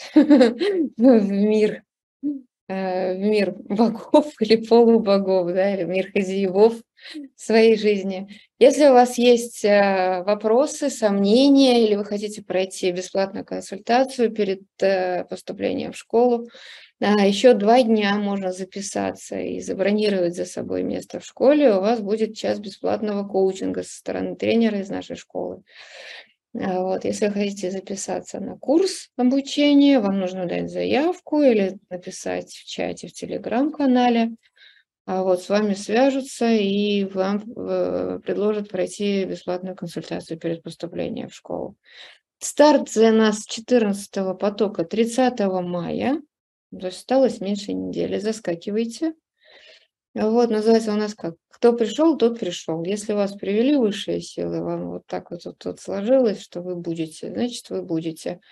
в мир богов или полубогов, да, или в мир хозяевов своей жизни. Если у вас есть вопросы, сомнения, или вы хотите пройти бесплатную консультацию перед поступлением в школу, еще 2 дня можно записаться и забронировать за собой место в школе. У вас будет час бесплатного коучинга со стороны тренера из нашей школы. Вот, если вы хотите записаться на курс обучения, вам нужно дать заявку или написать в чате в Телеграм-канале. Вот, с вами свяжутся и вам предложат пройти бесплатную консультацию перед поступлением в школу. Старт за нас 14-го потока 30 мая. То есть осталось меньше недели. Заскакивайте. Вот, называется у нас как? Кто пришел, тот пришел. Если вас привели высшие силы, вам вот так вот тут сложилось, что вы будете, значит, вы будете.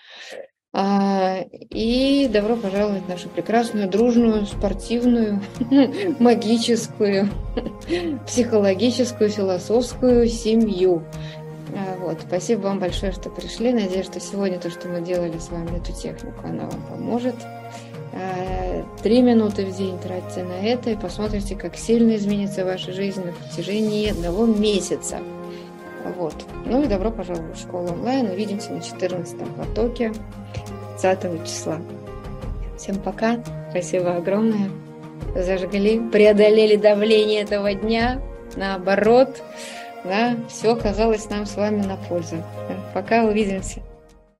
И добро пожаловать в нашу прекрасную, дружную, спортивную, магическую, психологическую, философскую семью. Вот. Спасибо вам большое, что пришли. Надеюсь, что сегодня то, что мы делали с вами, эту технику, она вам поможет. 3 минуты в день тратьте на это и посмотрите, как сильно изменится ваша жизнь на протяжении 1 месяца. Вот. Ну и добро пожаловать в школу онлайн. Увидимся на 14-м потоке 30 числа. Всем пока. Спасибо огромное. Зажгли, преодолели давление этого дня. Наоборот, да, все оказалось нам с вами на пользу. Пока, увидимся.